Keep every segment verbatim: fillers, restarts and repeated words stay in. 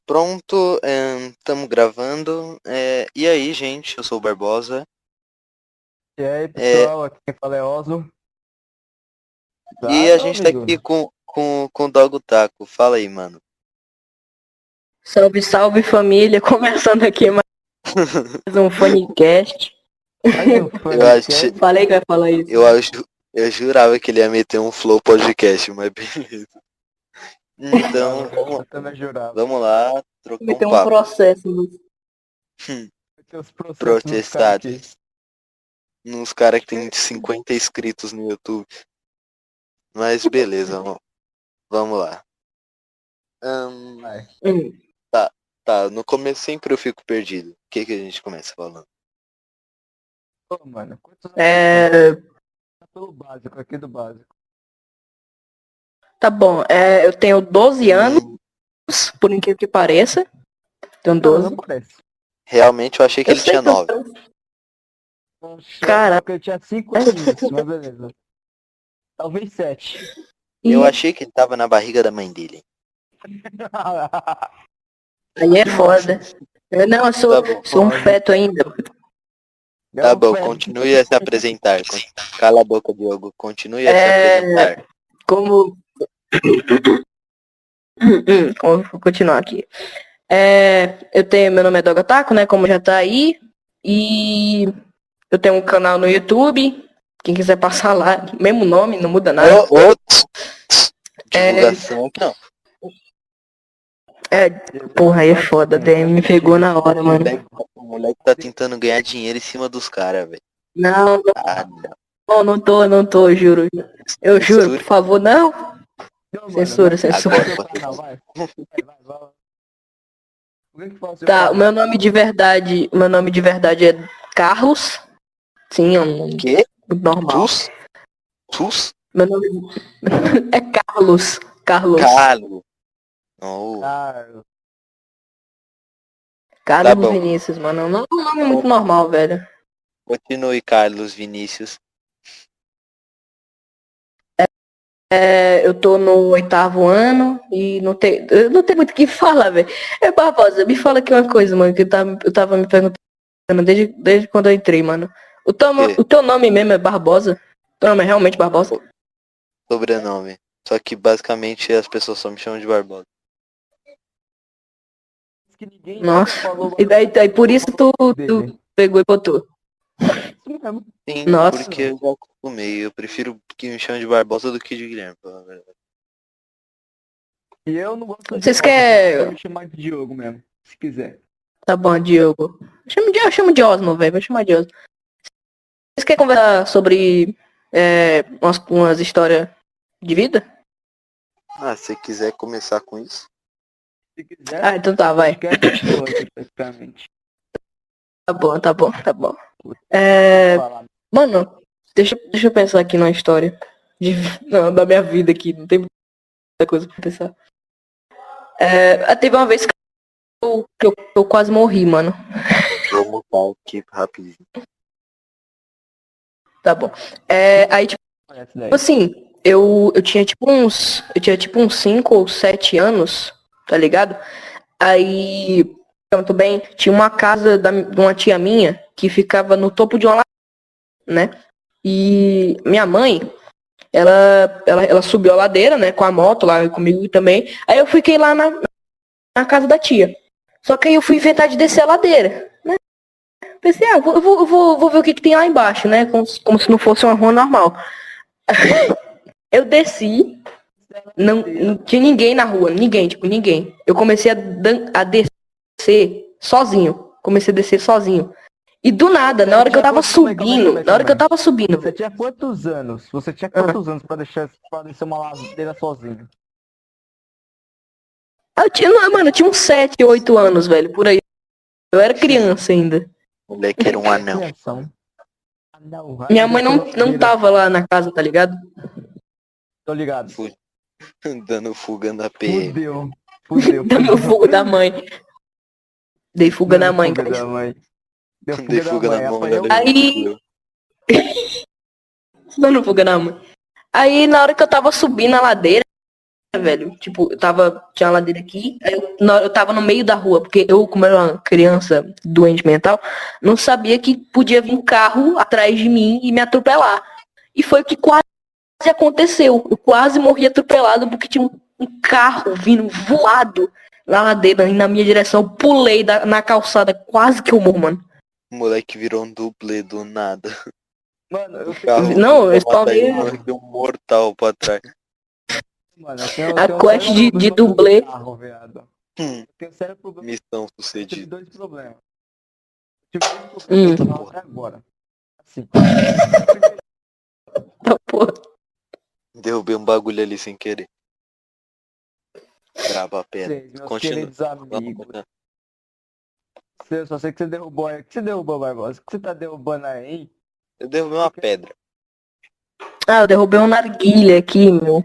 Pronto, estamos gravando. É, e aí, gente, eu sou o Barbosa. E aí, pessoal, aqui quem fala é Oslo. E a gente tá aqui com, com, com o Dogo Taco. Fala aí, mano. Salve, salve família, começando aqui mais um Funnycast. Eu acho, Falei que vai falar isso. eu acho, eu jurava que ele ia meter um flow podcast, mas beleza. Então, vamos, vamos lá, trocar um Meter um papo. processo. Hum, Protestados. Nos caras que tem cinquenta inscritos no YouTube. Mas beleza, vamos, vamos lá. Hum, Hum. Tá, tá, no começo sempre eu fico perdido. O que que a gente começa falando? Ô, mano, É... pelo básico, aqui do básico. Tá bom, é, eu tenho doze anos, Hum, por incrível que pareça. Tenho Não, doze. não parece. Realmente eu achei que Eu ele sei tinha que eu nove. Eu Cara. achava que ele tinha cinco aninhos, mas beleza. Talvez sete. Eu E achei que ele tava na barriga da mãe dele. aí é foda. Eu, não, eu sou, Tá bom. sou um feto ainda. Tá bom, continue a se apresentar. Cala a boca, Diogo. Continue a se É... apresentar. Como... Hum, como vou continuar aqui. É, eu tenho, meu nome é Doga Taco, né? Como já tá aí. E eu tenho um canal no YouTube. Quem quiser passar lá, mesmo nome, não muda nada. Ô, ô, tss, tss, divulgação aqui não. É, porra, aí é foda. D M me pegou na hora, O mano. moleque, o moleque tá tentando ganhar dinheiro em cima dos caras, velho. Não, não, Ah, não. não, não tô, não tô, juro. Eu juro, Censura. por favor, não. Censura, censura. Agora, Tá, o meu nome de verdade, o meu nome de verdade é Carlos. Sim, é um nome que? muito normal. Tus? Tus? Meu nome é Carlos. Carlos. Carlos. Oh. Carlos. Carlos Tá bom. Vinícius, mano. Não é um nome muito normal, velho. Continue, Carlos Vinícius. É, eu tô no oitavo ano e não tem, eu não tenho muito o que falar, velho. É, Barbosa, me fala aqui uma coisa, mano, que eu tava, eu tava me perguntando desde, desde quando eu entrei, mano. O teu, no- Que? o teu nome mesmo é Barbosa? O teu nome é realmente Barbosa? Sobrenome. Só que basicamente as pessoas só me chamam de Barbosa. Nossa. E daí, daí por isso tu, tu pegou e botou. Sim, Nossa. porque eu já acostumei. Eu prefiro que me chamem de Barbosa do que de Guilherme, pela verdade. E eu não gosto de Vocês Oslo, querem- pode me chamar de Diogo mesmo, se quiser. Tá bom, Diogo. Eu chamo de, eu chamo de Osmo, velho. Vou chamar de Osmo. Vocês querem conversar sobre é, umas, umas histórias de vida? Ah, se você quiser começar com isso. Se quiser, Ah, então tá, vai. podcast é história, praticamente. Tá bom, tá bom, tá bom. É, Falar. mano, deixa, deixa eu pensar aqui numa história de, não, da minha vida aqui. Não tem muita coisa pra pensar. É, teve uma vez que eu, que eu, eu quase morri, mano. Vou mutar aqui rapidinho. Tá bom. É, aí, tipo Parece daí. assim, eu, eu tinha tipo uns. Eu tinha tipo uns cinco ou sete anos, tá ligado? Aí, muito bem, tinha uma casa da, de uma tia minha que ficava no topo de uma ladeira, né? E minha mãe, ela, ela, ela subiu a ladeira, né, com a moto lá comigo também. Aí eu fiquei lá na, na casa da tia. Só que aí eu fui inventar de descer a ladeira, né? Pensei, ah, eu vou, eu vou, eu vou, vou ver o que, que tem lá embaixo, né? Como, se- como se não fosse uma rua normal. Eu desci, não, não tinha ninguém na rua, ninguém, tipo, ninguém. Eu comecei a, dan- a descer sozinho. Comecei a descer sozinho. E do nada, na hora que eu tava subindo, na hora que eu tava subindo, Você tinha quantos anos? Você tinha Ah. quantos anos pra deixar pra descer uma ladeira sozinho? eu tinha, não, mano, eu tinha uns sete, oito anos, velho, por aí. Eu era criança ainda. O moleque era um anão. Criação. Ah, não, vai Minha mãe não, descer não ladeira. tava lá na casa, tá ligado? Tô ligado. Dando fuga na P M. Fudeu. Fudeu. Deu fuga da mãe. Dei fuga Deu da mãe, fuga cara. da mãe. Deu Dei fuga, fuga da na mãe. mão, Apanhou olha Aí- aí. Dando fuga na mãe. Aí na hora que eu tava subindo a ladeira, velho. Tipo, eu tava, tinha uma ladeira aqui, aí eu, na- eu tava no meio da rua, porque eu, como era uma criança doente mental, não sabia que podia vir um carro atrás de mim e me atropelar. E foi o que quase aconteceu. Eu quase morri atropelado porque tinha um, um carro vindo voado na ladeira e na minha direção. Eu pulei da- na calçada, quase que eu morro, mano. O moleque virou um dublê do nada. Mano, eu O carro Não, eu tentou matar ele, spawnei o moleque deu um mortal pra trás. Mano, eu tenho, eu a tenho um quest sério de, de problema com dublê. carro, viado. Hum, Eu tenho um sério problema. missão Eu tive sucedida. dois problemas. Eu tive dois problemas Hum. que eu falo até agora. Assim. Tá, porra. Derrubei um bagulho ali sem querer. Grava a pedra. Vocês, meus Continua. queridos Vamos amigos. continuar. Eu só sei que você derrubou aí. O que você derrubou, Barbosa? O que você tá derrubando aí? Eu derrubei uma pedra. Ah, eu derrubei um narguilha aqui, meu.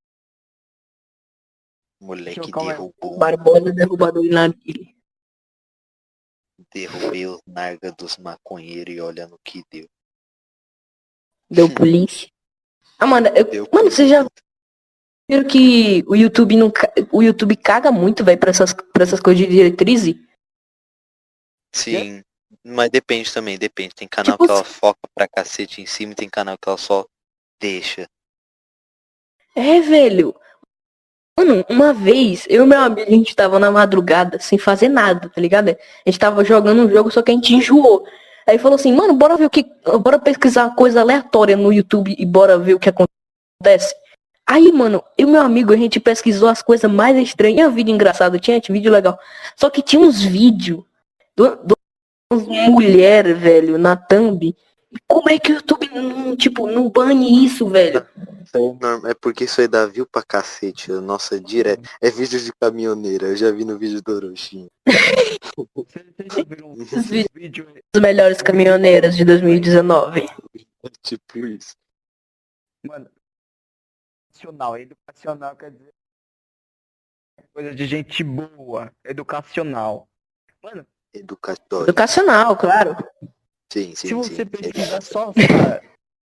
Moleque Deixa eu- calma aí. derrubou. Barbosa derrubador de narguilha. Derrubei os narga dos maconheiros e olha no que deu. Deu polícia. Ah, mano, eu, Deu mano, você já viram que o YouTube não ca- o YouTube caga muito, velho, pra essas, pra essas coisas de diretriz? Sim, mas depende também, depende. Tem canal Tipo que ela foca pra cacete em cima e tem canal que ela só deixa. É, velho. Mano, uma vez, eu e meu amigo, a gente tava na madrugada sem fazer nada, tá ligado? A gente tava jogando um jogo, só que a gente enjoou. Aí falou assim, mano, bora ver o que. Bora pesquisar coisa aleatória no YouTube e bora ver o que acontece. Aí, mano, eu e meu amigo, a gente pesquisou as coisas mais estranhas. Tinha vídeo engraçado, tinha, tinha vídeo legal. Só que tinha uns vídeos de uma mulher, velho, na thumb. E como é que o YouTube não, tipo, não bane isso, velho? Isso aí é normal, é porque isso aí dá view pra cacete. Nossa, direto. É vídeo de caminhoneira, eu já vi no vídeo do Orochinho. Vocês vocês já viram Esses esses vídeos vídeos? dos melhores caminhoneiras de dois mil e dezenove. É tipo isso. Mano, educacional. Educacional quer dizer coisa de gente boa. Educacional. Mano, Educatório. Educacional, claro. Sim, sim, se você sim. pesquisar só, cara,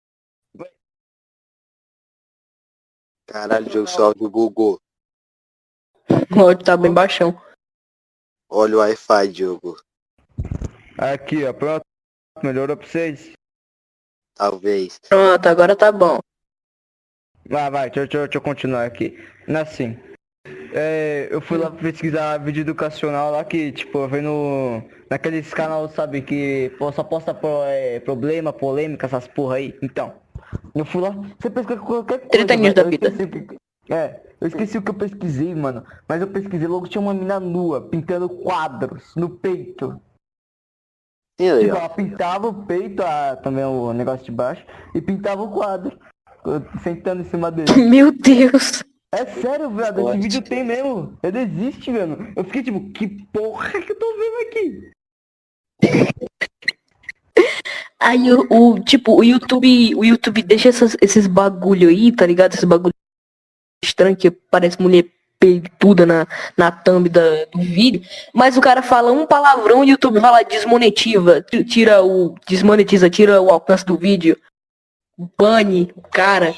Caralho, jogo seu áudio bugou. O áudio tá bem baixão. Olha o Wi-Fi, Diogo. aqui, ó, pronto. Melhorou pra vocês? Talvez. Pronto, agora tá bom. Vai, vai, deixa, eu- deixa, eu- deixa eu continuar aqui. Assim, é, eu fui lá pesquisar vídeo educacional lá que, tipo, eu vi no... Naqueles canais, sabe, que pô, só posta pro, é, problema, polêmica, essas porra aí. Então, eu fui lá, você pesquisa qualquer coisa, trinta anos velho, da eu vida. esqueci o que... É, eu esqueci o que eu pesquisei, mano. Mas eu pesquisei, logo tinha uma mina nua, pintando quadros no peito. E aí, Tipo, ó. ela pintava o peito, a, também o negócio de baixo, e pintava o quadro, sentando em cima dele. Meu Deus. É sério, velho, esse Pode. vídeo tem mesmo. Ele existe, velho. Eu fiquei tipo, que porra que eu tô vendo aqui? Aí o, o- tipo, o YouTube, o YouTube deixa essas- esses bagulho aí, tá ligado? Esses bagulho estranho que parece mulher peituda na, na thumb da, do vídeo. Mas o cara fala um palavrão e o YouTube vai lá, desmonetiza, ti- tira o. Desmonetiza, tira o alcance do vídeo. Bane o cara.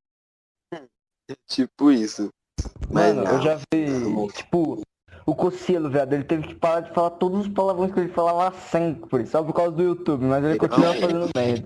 Tipo isso. Mas Mano, não. eu já vi, tipo, o Cocielo, velho, ele teve que parar de falar todos os palavrões que ele falava sempre, só por causa do YouTube, mas ele continua fazendo merda.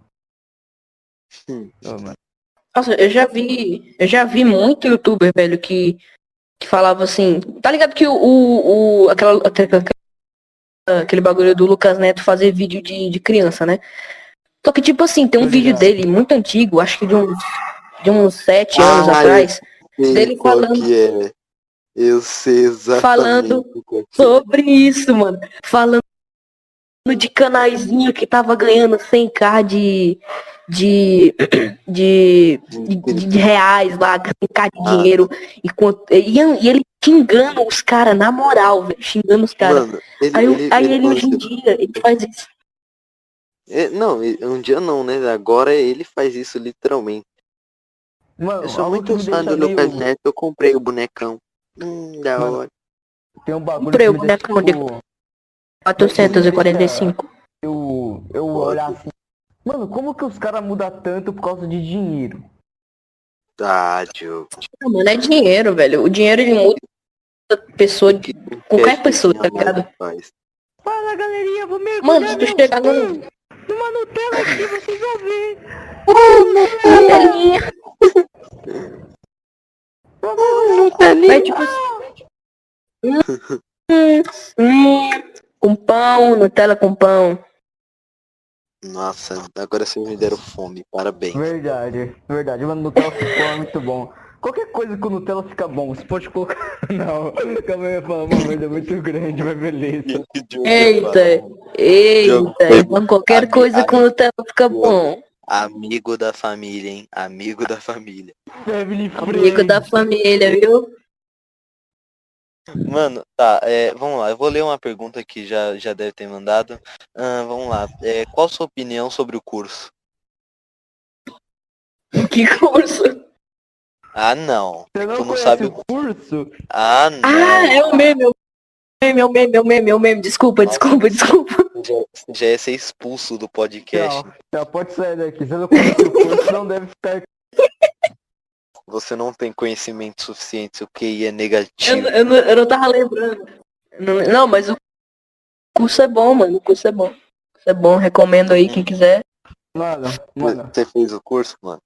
Hum. Ô, mano. Nossa, eu já vi. Eu já vi muito youtuber, velho, que, que falava assim. Tá ligado que o. o, o- aquela, aquela- aquele bagulho do Lucas Neto fazer vídeo de, de criança, né? Só que, tipo assim, tem um Tô vídeo ligado. dele muito antigo, acho que de uns, de uns sete anos Ah, atrás, Sei dele qual falando- que é. Eu sei exatamente Falando qual que é. sobre isso, mano. Falando de canaizinho que tava ganhando cem k de. De, de, de, de reais lá, cem k de dinheiro. E, quanto- e, e ele xingando os caras, na moral, velho. Xingando os caras. Mano, ele, Aí, ele, aí ele ele falou hoje em assim, dia, ele faz isso. é, não, e- um dia não, né? Agora ele faz isso literalmente. Mano, Eu sou algo muito que me fã deixa do Lucas meio- Neto, eu comprei o bonecão. Hum, da Mano, hora. Tem um bagulho Comprei que o me deixa, bonecão de- tipo, quatrocentos e quarenta e cinco. eu, eu Pode. olhar assim, mano, como que os caras mudam tanto por causa de dinheiro? Ah, Diogo. Ah, mano, é dinheiro, velho. O dinheiro ele muda pessoa de qualquer pessoa, tá ligado? Faz. Fala, galerinha, vou mergulhar Mano, se tu meu chegar no. pão numa Nutella aqui, vocês vão ver. Nutelinha. Vai tipo assim. Hum, hum, com pão, Nutella com pão. Nossa, agora vocês me deram fome, parabéns. Verdade, verdade, mano, Nutella com pão é muito bom. Qualquer coisa com Nutella fica bom, você pode colocar... Não, calma aí, eu ia falar uma merda muito grande, mas beleza. Eita, eita, então qualquer coisa com Nutella fica bom. Amigo da família, hein? Amigo da família. Amigo da família, viu? Mano, tá, é, vamos lá, eu vou ler uma pergunta que já, já deve ter mandado. Ah, vamos lá, é, qual a sua opinião sobre o curso? Que curso? Ah, não. Você não tu não conhece sabe o curso? Ah, não. Ah, é o meme, é o meme, é o meme, é o meme, é o meme. Desculpa, desculpa, desculpa. Já, já ia ser expulso do podcast. Não, já pode sair daqui. Você não conhece o curso, não deve ficar... Você não tem conhecimento suficiente, o Q I é Eu, negativo. eu, não, eu não tava lembrando. Não, não, mas o curso é bom, mano. O curso é bom. O curso é bom, recomendo aí quem quiser. Mano, mano. Você fez o curso, mano?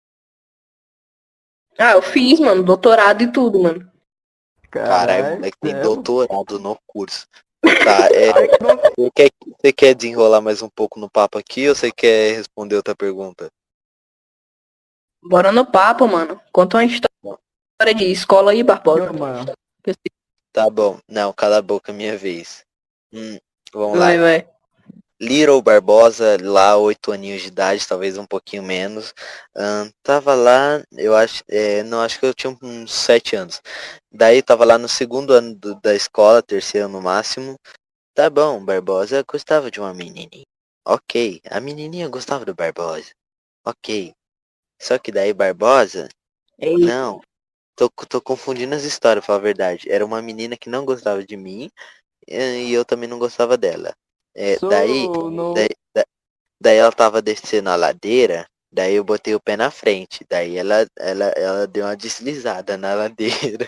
Ah, eu fiz, mano, doutorado e tudo, mano. Caralho, moleque tem sério? doutorado no curso. Tá, é. Você quer, você quer desenrolar mais um pouco no papo aqui ou você quer responder outra pergunta? Bora no papo, mano. Conta uma história de escola aí, Barbosa. Eu, mano. Tá bom. Não, cala a boca, minha vez. Hum, vamos lá. Vai, vai. Little Barbosa, lá oito aninhos de idade, talvez um pouquinho menos. Ahn, tava lá, eu acho, é, não, acho que eu tinha uns sete anos. Daí tava lá no segundo ano do- da escola, terceiro no máximo. Tá bom, Barbosa gostava de uma menininha. Ok, a menininha gostava do Barbosa. Ok. Só que daí Barbosa, Ei, não, tô, tô confundindo as histórias, pra falar a verdade. Era uma menina que não gostava de mim eh, e eu também não gostava dela. É, Sou daí, no... daí, da- daí ela tava descendo a ladeira, daí eu botei o pé na frente, daí ela, ela, ela deu uma deslizada na ladeira.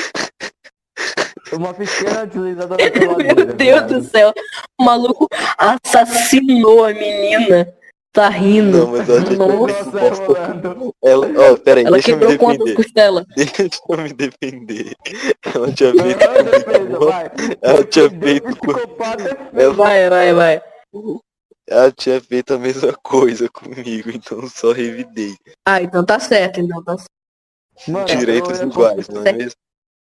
Uma pequena deslizada na tua meu ladeira, Deus viado. do céu. O maluco assassinou a menina. Tá rindo. Não, mas ela tinha Nossa. Nossa, rolando. Ela, ó, peraí, Ela deixa eu me quebrou quantas defender. costelas? Deixa eu me defender. Ela tinha feito Não, defesa, comigo. vai. Ela tinha Defender feito o co- psicopata é feio. ela, Vai, vai, vai. ela tinha feito a mesma coisa comigo, então eu só revidei. Ah, então tá certo, então tá certo. Mano, Direitos eu ia iguais, não é certo. mesmo?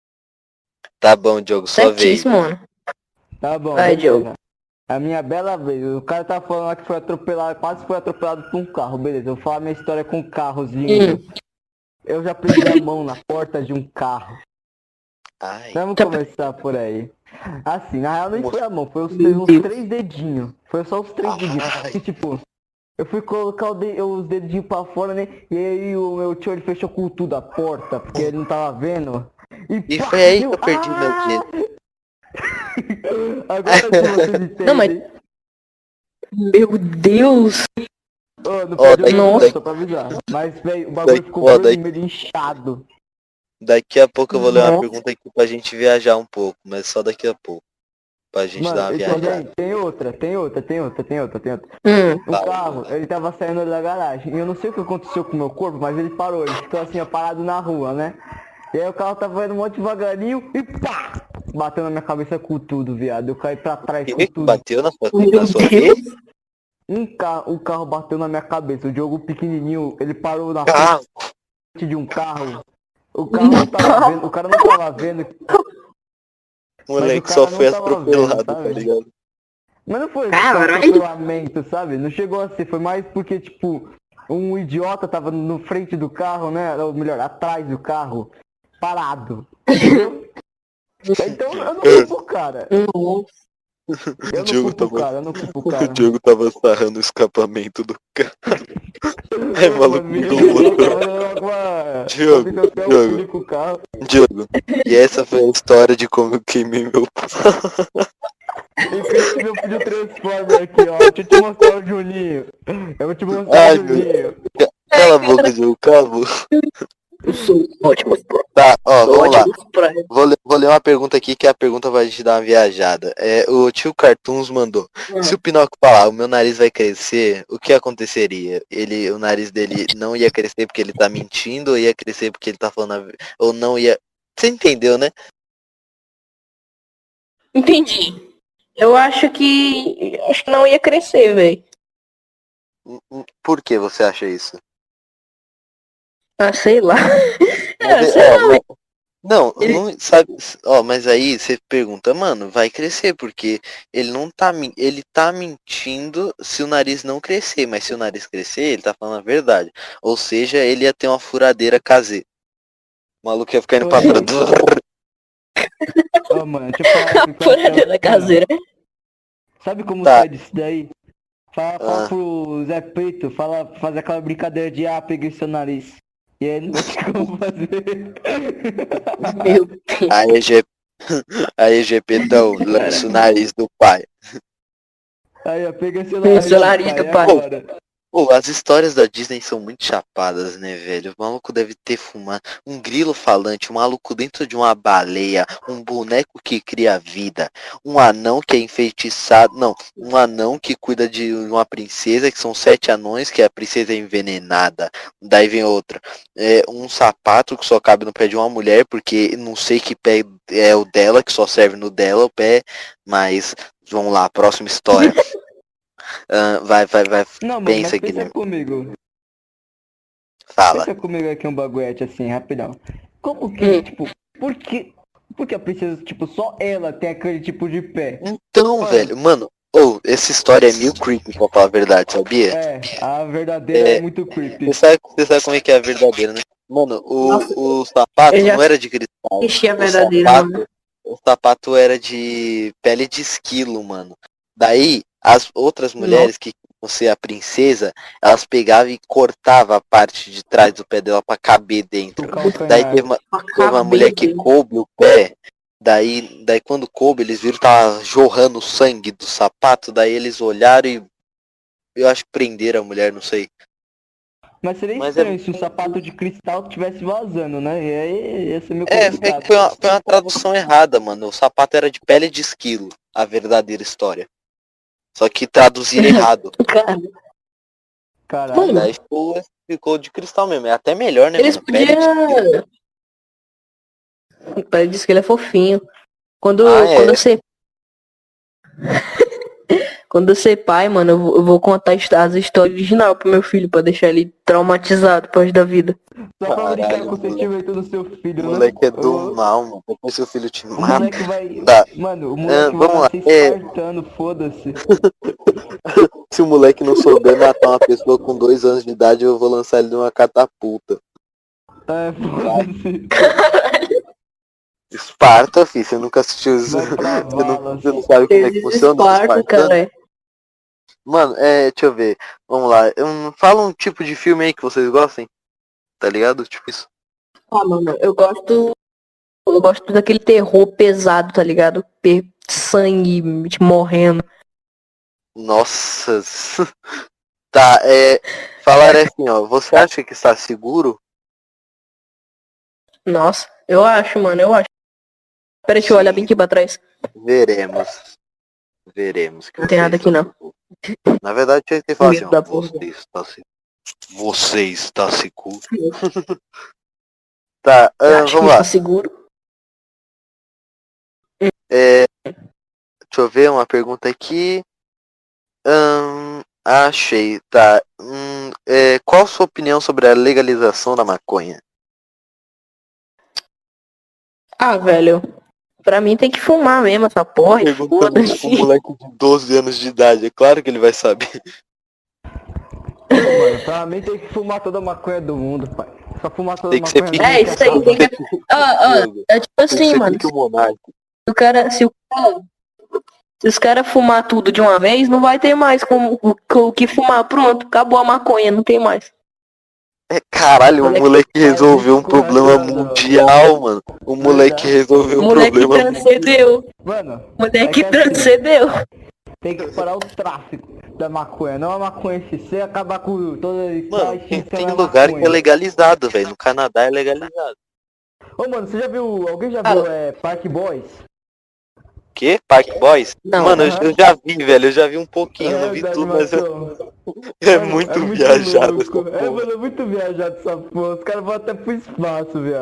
Tá bom, Diogo, sua vez. Certíssimo, mano. Tá bom, Vai, beleza. Diogo. A minha bela vez, o cara tá falando lá que foi atropelado, quase foi atropelado por um carro, beleza. Eu vou falar minha história com carros lindos. Hum. Eu já prendi a mão na porta de um carro. Ai, Vamos Tá- começar por aí. Assim, na real nem Moço. foi a mão, foi os, Meu uns Deus. três dedinhos. Foi só os três Ai. dedinhos. E tipo, eu fui colocar o de- os dedinhos pra fora, né? E aí o meu tio ele fechou com tudo a porta, porque ele não tava vendo. E pá, foi aí deu- que eu perdi meu Ah! dedo. Agora que vocês entendem. Não, mas- Meu Deus. Ô, não Ó, pode daqui- não, daqui- só pra avisar. Mas, velho, o bagulho daqui- ficou ó, daqui- vermelho, inchado. Daqui a pouco eu vou ler uma Nossa. pergunta aqui pra gente viajar um pouco, mas só daqui a pouco. Pra gente dar Mano, uma e viajada. também tem outra, tem outra, tem outra, tem outra, tem outra. Hum. O carro, ele tava saindo da garagem. E eu não sei o que aconteceu com o meu corpo, mas ele parou. Ele ficou assim, ó, parado na rua, né? E aí o carro tava indo um monte devagarinho e pá! Bateu na minha cabeça com tudo, viado. Eu caí pra trás com E tudo. bateu na sua, Meu na sua Deus. vez? Um carro, um carro bateu na minha cabeça. O Diogo pequenininho, ele parou na Carro. frente de um carro. O carro não tava vendo, o cara não tava vendo. Moleque o só cara foi não tava atropelado, vendo, tá sabe? ligado? Mas não foi só Caralho. atropelamento, sabe? Não chegou a ser, foi mais porque, tipo, um idiota tava no frente do carro, né? Ou melhor, atrás do carro, parado. Então eu não culpo o cara. Nossa. Eu não Diogo culpo o tava- cara, eu não culpo o O cara. Diogo tava sarrando o escapamento do carro. Ai, Ô, maluco, mano, do eu outro. tava dando uma- Diogo, tava tentando Diogo. fugir com o carro. Diogo, e essa foi a história de como eu queimei meu pau. Inclusive eu pedi o Transformer aqui, ó. Deixa eu te mostrar o Juninho. Eu vou te mostrar Ai, o meu- Juninho. Cala a boca, Diogo, cala a boca. Eu sou ótimo. Tá, ó, Sou vamos lá. ótimo pra... Vou ler, vou ler uma pergunta aqui que a pergunta vai te dar uma viajada. É, o tio Cartoons mandou. Se o Pinóquio falar, o meu nariz vai crescer, o que aconteceria? Ele, o nariz dele não ia crescer porque ele tá mentindo, ou ia crescer porque ele tá falando a... ver- ou não ia... Você entendeu, né? Entendi. Eu acho que... Acho que não ia crescer, velho. Hum, hum, Por que você acha isso? Ah, sei lá. É, Mas, sei ó, lá, mas- Não, Ele- não sabe, ó, mas aí você pergunta, mano, vai crescer porque ele não tá, men- ele tá mentindo se o nariz não crescer, mas se o nariz crescer, ele tá falando a verdade. Ou seja, ele ia ter uma furadeira caseira. O maluco ia ficar indo pra Oi. trás. Ô, mano, deixa eu falar aqui com Furadeira essa- caseira. Sabe como Tá. sai disso daí? Fala, fala Ah. pro Zé Preto, fala, fazer aquela brincadeira de ah, peguei seu nariz. E aí não vai ter como fazer. Meu Deus. Aí, G... aí, Gepetão, lança o nariz do pai. Aí, ó, peguei seu nariz. Seu nariz do pai. agora. Pô, as histórias da Disney são muito chapadas, né, velho? O maluco deve ter fumado um grilo falante, um maluco dentro de uma baleia, um boneco que cria vida, um anão que é enfeitiçado, não, um anão que cuida de uma princesa, que são sete anões, que a princesa é envenenada. Daí vem outra, é, um sapato que só cabe no pé de uma mulher, porque não sei que pé é o dela, que só serve no dela o pé, mas vamos lá, próxima história. Ah, vai, vai, vai. Não, mano, Pensa, mas pensa Guilherme. comigo. Fala. Pensa comigo aqui um baguete assim, rapidão. Como que, Hum. tipo, por que, por que a princesa, tipo, só ela tem aquele tipo de pé? Então, Mano. velho, mano, ou essa história é meio creepy, pra falar a verdade, sabia? É, a verdadeira é, É, muito creepy. Você sabe, você sabe como é que é a verdadeira, né? Mano, o, Nossa, o sapato eu já não era de cristal. Assisti a O verdadeira, sapato, mano. o sapato era de pele de esquilo, mano. Daí, as outras mulheres que queriam ser a princesa, elas pegavam e cortavam a parte de trás do pé dela pra caber dentro. O calcanhar. Daí teve uma, teve uma mulher que coube o pé. Daí, daí quando coube, eles viram que tava jorrando sangue do sapato. Daí eles olharam e eu acho que prenderam a mulher, não sei. Mas seria Mas é- estranho se o sapato de cristal tivesse vazando, né? E aí ia ser meio É, é complicado. que foi uma, foi uma tradução errada, mano. O sapato era de pele de esquilo, a verdadeira história. Só que traduziram errado. Cara, Caralho. Mano, Daí ficou, ficou de cristal mesmo. É até melhor, né, eles mano? Pele de esquilo. podiam. Ele disse que ele é fofinho. Quando, Ah, é? quando eu ser. Quando eu ser pai, mano, eu vou, eu vou contar as histórias original pro meu filho, pra deixar ele traumatizado pro resto da vida. Só pra brincar Caralho, com o sentimento do seu filho, O né? moleque é do O- mal, mano. Depois seu filho te O mata. moleque vai. Tá. Mano, o Ah, moleque vamos lá. vai nascer É. espartano, foda-se. Se o moleque não souber matar uma pessoa com dois anos de idade, eu vou lançar ele de uma catapulta. É, foda-se. Esparta, filho, você nunca assistiu isso. Vai pra Você não, vala. você não sabe como é que Eles funciona os espartam, espartanos? cara. Mano, é, deixa eu ver. Vamos lá. Um, fala um tipo de filme aí que vocês gostem. Tá ligado? Tipo isso. Ah, mano, eu gosto. Eu gosto daquele terror pesado, tá ligado? Pe- Sangue, gente morrendo. Nossa. Tá, é. Falar assim, ó. Você acha que está seguro? Nossa, eu acho, mano, eu acho. Pera, deixa eu olhar bem aqui pra trás. Veremos. Veremos. que Não tem você nada aqui, está não. seguro. Na verdade, tinha que falar assim, Medo da ó. porra. Você está seguro. Você está seguro. Tá, Eu ah, acho vamos que lá. tá seguro. É, deixa eu ver uma pergunta aqui. Ahn, achei, tá. Hum, é, qual a sua opinião sobre a legalização da maconha? Ah, velho. Pra mim tem que fumar mesmo essa porra. e Perguntando Foda-se. um moleque de doze anos de idade, é claro que ele vai saber. Mano, pra mim tem que fumar toda a maconha do mundo, pai. Só fumar toda a Tem que ser maconha pique. do mundo. É, isso aí, tem que. Ah, ah, é tipo Tem que assim, ser mano. pique o monarca. Se o cara. Se o cara. Se os caras fumar tudo de uma vez, não vai ter mais como o que fumar. Pronto, acabou a maconha, não tem mais. É, caralho, o Moleque moleque resolveu um ficou problema rachado, mundial, mano. O moleque Verdade. resolveu um Moleque problema mundial. transcendeu. Mano, Moleque é que assim, transcendeu. tem que parar o tráfico. da maconha, não a maconha em si, você acabar com toda Mano, tem, tem lugar que é legalizado, velho. No Canadá é legalizado. Ô, mano, você já viu, alguém já viu é, Park Boys? Que? Park Boys? Não. Mano, eu, Aham. eu já vi, velho. Eu já vi um pouquinho, É, não vi da tudo, mas eu- animação. é Mano, muito é muito viajado louco. essa É, porra. mano, é muito viajado essa porra. Os caras vão até pro espaço, viado.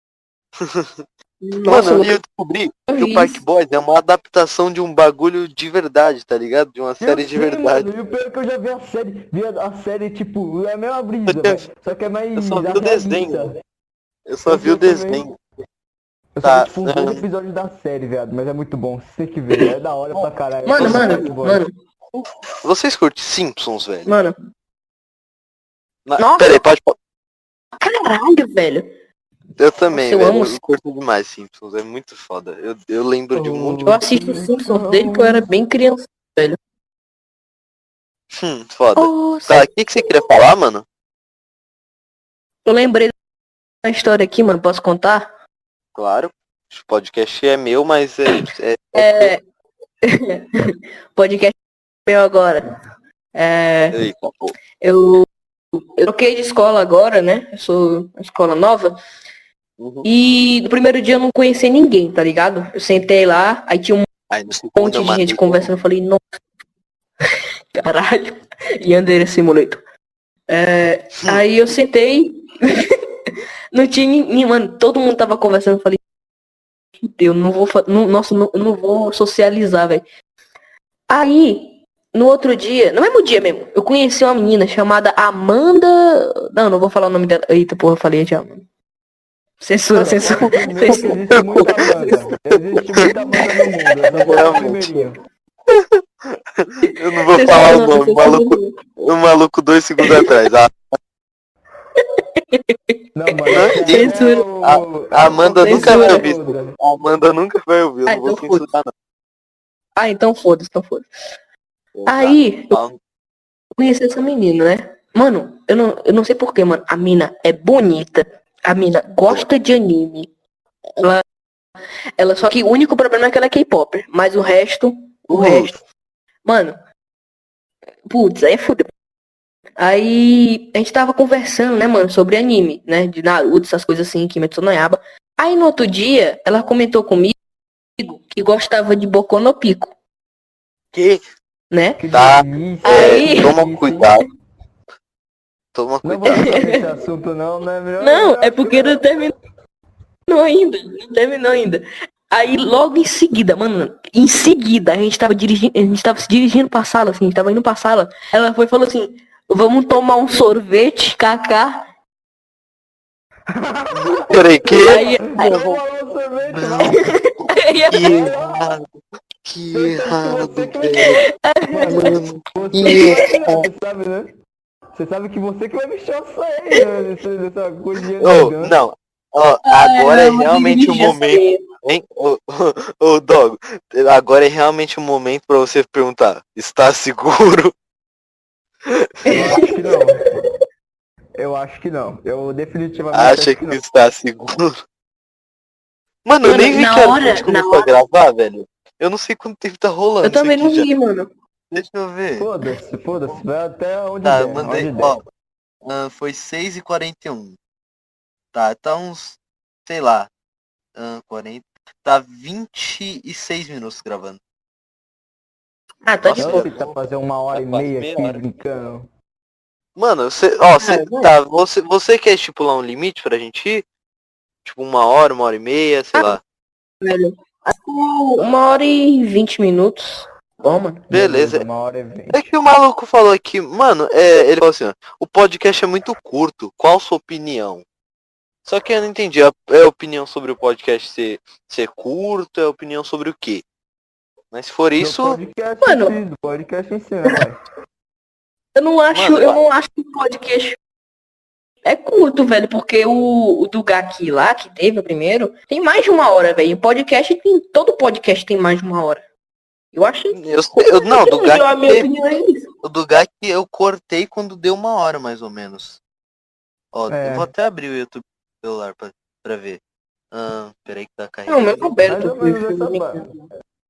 Nossa, Mano, eu e eu nunca descobri que o vi Park isso. Boys é uma adaptação de um bagulho de verdade, tá ligado? De uma Eu série de sei, verdade. mano, e o pior é que eu já vi a série, vi a, a série, tipo, é a mesma brisa, Eu, velho. Só que é mais eu só vi o realista. desenho. Eu só Eu vi sei, o eu também. desenho. Eu só vi, Tá. tipo, uns dois ahn, episódios da série, viado, mas é muito bom, você tem que ver, é da hora pra caralho. Mano, Eu gosto de mano, Park Boys. mano, Vocês curtem Simpsons, velho? mano. Na... Nossa. Pera aí, pode. Caralho, velho. Eu também, Nossa, eu velho. amo. Eu curto demais Simpsons. É muito foda. Eu, eu lembro de um monte Eu assisto Simpsons desde que eu era bem criança, velho. de. Hum, foda. Oh, Tá, o que, que você queria falar, mano? eu lembrei da história aqui, mano. Posso contar? Claro. O podcast é meu, mas é. é, É. Podcast meu agora. É. Eita, pô. Eu, eu troquei de escola agora, né? Eu sou uma escola nova. Uhum. E no primeiro dia eu não conheci ninguém, tá ligado? Eu sentei lá, aí tinha um Aí no segundo monte eu de matei gente todo conversando. Eu falei, nossa, caralho. E Under Simulator. É, aí eu sentei. Não tinha ninguém, mano. Todo mundo tava conversando. Eu falei, eu não vou, fa- não, nossa, não, eu não vou socializar, velho. Aí, no outro dia, no mesmo dia mesmo, eu conheci uma menina chamada Amanda. Não, não vou falar o nome dela. Eita, porra, falei já, mano. Censura, censura, Primeiro que censura. existe muita Amanda. Existe muita Amanda no mundo. Eu só vou dar o primeirinho. Eu não vou Censura falar o não, nome. O censura maluco, não. o maluco dois segundos atrás. Ah, Não, mano. Não, esse aí censura. é o- A- é a o Amanda contexto nunca vai da ouvir isso. outra. A Amanda nunca vai ouvir. Eu Ah, não vou então censurar, não. Ah, então foda-se, então foda-se. Exato. Aí, eu Fala- conheci essa menina, né? Mano, eu não, eu não sei porquê, mano. A mina é bonita. A mina gosta de anime. Ela, ela só que o único problema é que ela é K-pop. Mas o resto, o Uh. resto. Mano, putz, aí é foda. Aí a gente tava conversando, né, mano, sobre anime, né? De Naruto, essas coisas assim, Kimetsu no Yaiba. Aí no outro dia, ela comentou comigo que gostava de Boku no Pico, Que? né? Que Tá. delícia. É, Aí- toma Delícia, hein? cuidado. Toma Não cuidado. vou entrar nesse assunto não, né? Melhor, Não, melhor é porque não terminou ainda. Não terminou ainda. Aí logo em seguida, mano, em seguida, a gente tava dirigindo, a gente tava se dirigindo pra sala, assim, a gente tava indo pra sala. Ela foi e falou assim, vamos tomar um sorvete, kaká. Peraí, que? Aí, aí, Vamos falar o sorvete, vai. aí, Que errado. Que errado, Você que velho. vai- Mano, Você que que vai- errado. você sabe, né? Você sabe que você que vai me chaçar aí, né? Nessa, nessa coisinha Ô, gigante. não. Ó, agora é não, realmente o dirige momento, hein? Ô, ô, ô, Dog, agora é realmente o momento pra você perguntar, está seguro? Eu acho que não. Eu acho que não. Eu definitivamente Acha acho que que não. está seguro? Mano, eu Mano, nem vi na que a hora- gente na começou a gravar, velho. Eu não sei quanto tempo tá rolando. Eu também isso não aqui já. vi, mano. Deixa eu ver. Foda-se, foda-se. Vai até onde Tá, der. eu mandei, onde der. ó. ah, foi seis e quarenta e um. Tá, tá uns, sei lá, ah, quarenta. Tá vinte e seis minutos gravando. Ah, tá Nossa, de Eu boa. não sei fazer uma hora É e quase meia meia aqui hora. brincando. Mano, você, ó, você, Ah, vai. tá, você, você quer estipular um limite pra gente ir? Tipo, uma hora, uma hora e meia, sei Ah, lá. Velho, acho que uma hora e vinte minutos. Bom, mano. Beleza. Uma hora e vinte. É que o maluco falou aqui, mano, é, ele falou assim, ó, o podcast é muito curto, qual a sua opinião? Só que eu não entendi, é é opinião sobre o podcast ser, ser curto, é opinião sobre o quê? Mas se for isso, Do podcast Mano. em si, do podcast em si, né, pai? Eu não acho, Mano, eu não acho que o podcast é curto, velho, porque o, o do Gaki lá, que teve o primeiro, tem mais de uma hora, velho. O podcast tem. Todo podcast tem mais de uma hora. Eu acho. eu, eu não, do a Gak, minha opinião é isso. o do Gak eu cortei quando deu uma hora, mais ou menos. Ó, É. eu vou até abrir o YouTube do celular pra, pra ver. Ah, peraí que tá Não, meu carregando. aberto. Mais ou menos essa parte.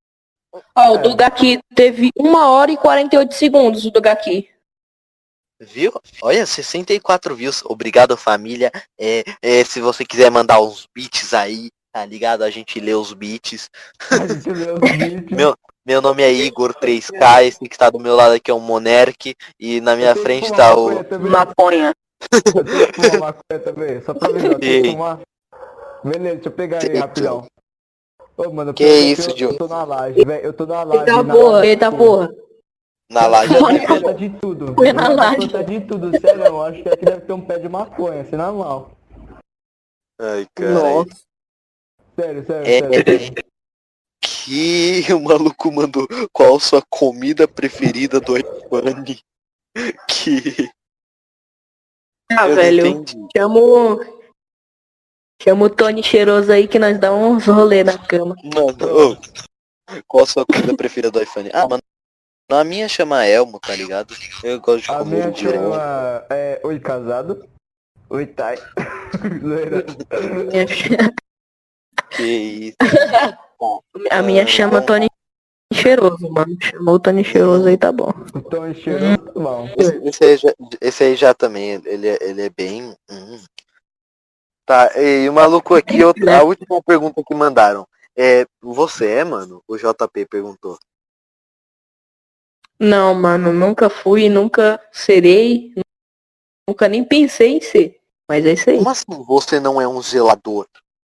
Ó, o do Gaki teve uma hora e quarenta e oito segundos, o do Gaki. Viu? Olha, sessenta e quatro views. Obrigado, família. É, é, se você quiser mandar uns beats aí, tá ligado? A gente lê os beats. A gente lê os vídeos. Meu, meu nome é Igor três K, esse que está do meu lado aqui é o Monark. E na minha Eu tenho que frente fumar tá maconha o. também. Maconha. Eu tenho que fumar maconha também. Só pra avisar, eu tenho Ei. que fumar. Beleza, deixa eu pegar aí Eita. rapidão. Ô, mano, Que pior é isso, eu, Diogo? eu tô na laje, velho. Eu tô na laje. Eita na porra, laje, eita porra. Na laje. Olha, Deve plantar de tudo. Foi na Deve laje. plantar de tudo, sério. Eu acho que aqui deve ter um pé de maconha, assim, na mal. Ai, cara. Nossa. Sério, sério, É. sério, sério. Que o maluco mandou qual sua comida preferida do iPhone? Que Ah, eu velho. não entendi. Chama o... Chama o Tony Cheiroso aí que nós dá uns rolê na cama. Mano, ô, qual a sua comida preferida do iPhone? Ah, mano, a minha chama Elmo, tá ligado? Eu gosto de A comer minha ele direto. chama é, Oi Casado. Oi Tai. Zoeira. Minha- Que isso. A minha chama Tony Cheiroso, mano. Chamou o Tony Cheiroso aí, tá bom. O Tom cheiroso, tá bom. Esse, esse, aí já, esse aí já também, ele, é- ele é bem. hum. Tá, e o maluco aqui, outra- a última pergunta que mandaram. É, você é, mano? O J P perguntou. Não, mano, nunca fui, nunca serei, nunca nem pensei em ser. Mas é isso aí. Como assim você não é um zelador?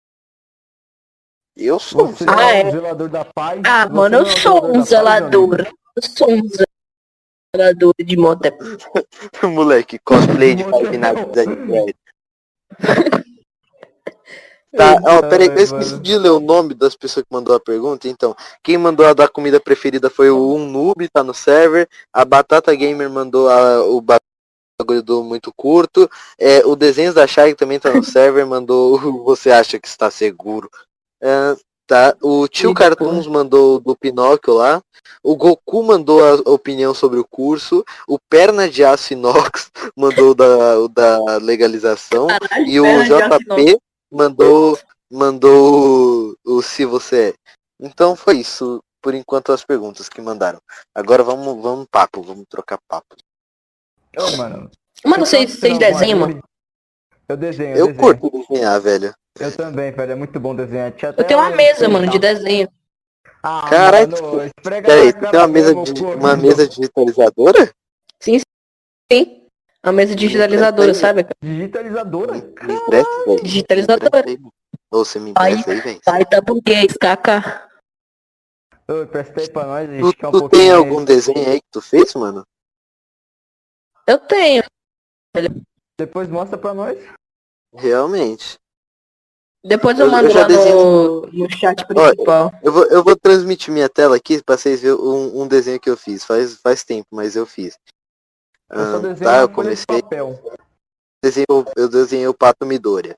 Eu sou um Você zelador. não Ah, é é? o zelador da paz? Ah, Você mano, não eu é o sou um da paz, zelador. Eu sou um zelador de moto. Moleque, cosplay de Motel. Five Nights at Freddy's. Tá, ó, peraí, eu Ai, esqueci mano. de ler o nome das pessoas que mandou a pergunta. Então, quem mandou a da comida preferida foi o Um Noob, tá no server. A Batata Gamer mandou a, o bagulho do muito curto. É, o Desenhos da Shag também tá no server, mandou o Você Acha que Está Seguro. É, tá, o Tio Eita, Cartoons mandou do Pinóquio lá. O Goku mandou a opinião sobre o curso. O Perna de Aço Inox mandou o da, o da legalização. Caralho, E o perna de aço J P mandou, mandou o, o Se Você É. Então foi isso, por enquanto, as perguntas que mandaram. Agora vamos, vamos papo, vamos trocar papo. Ô, mano. Mano, você tá vocês vocês assistindo algum desenham, anime? mano? Eu desenho, eu, Eu desenho. curto desenhar, velho. Eu também, velho. É muito bom desenhar. Tinha Eu até tenho uma um mesa, mano, de pedal. desenho. Ah, Caralho, mano, esfrega peraí, na tu cara tem uma mesa, mesmo, de, pô. uma mesa digitalizadora? Sim, sim. A mesa digitalizadora, sabe? cara? Digitalizadora? Me, me empresta, velho. Digitalizadora. Me empresta aí, mano. Ou você me Pai, empresta aí, vem. pai tá burguês, kkk. Ô, presta aí pra nós, a Tu, gente quer um tu pouquinho tem mais. algum desenho aí que tu fez, mano? Eu tenho. Depois mostra pra nós. Realmente. Depois eu Eu- mando eu já lá no, no chat principal. Eu vou, eu vou transmitir minha tela aqui pra vocês verem um, um desenho que eu fiz. Faz, faz tempo, mas eu fiz. Eu só Ah, desenho tá, uma eu folha de comecei. papel. Desenho, eu desenhei o Pato Midoriya.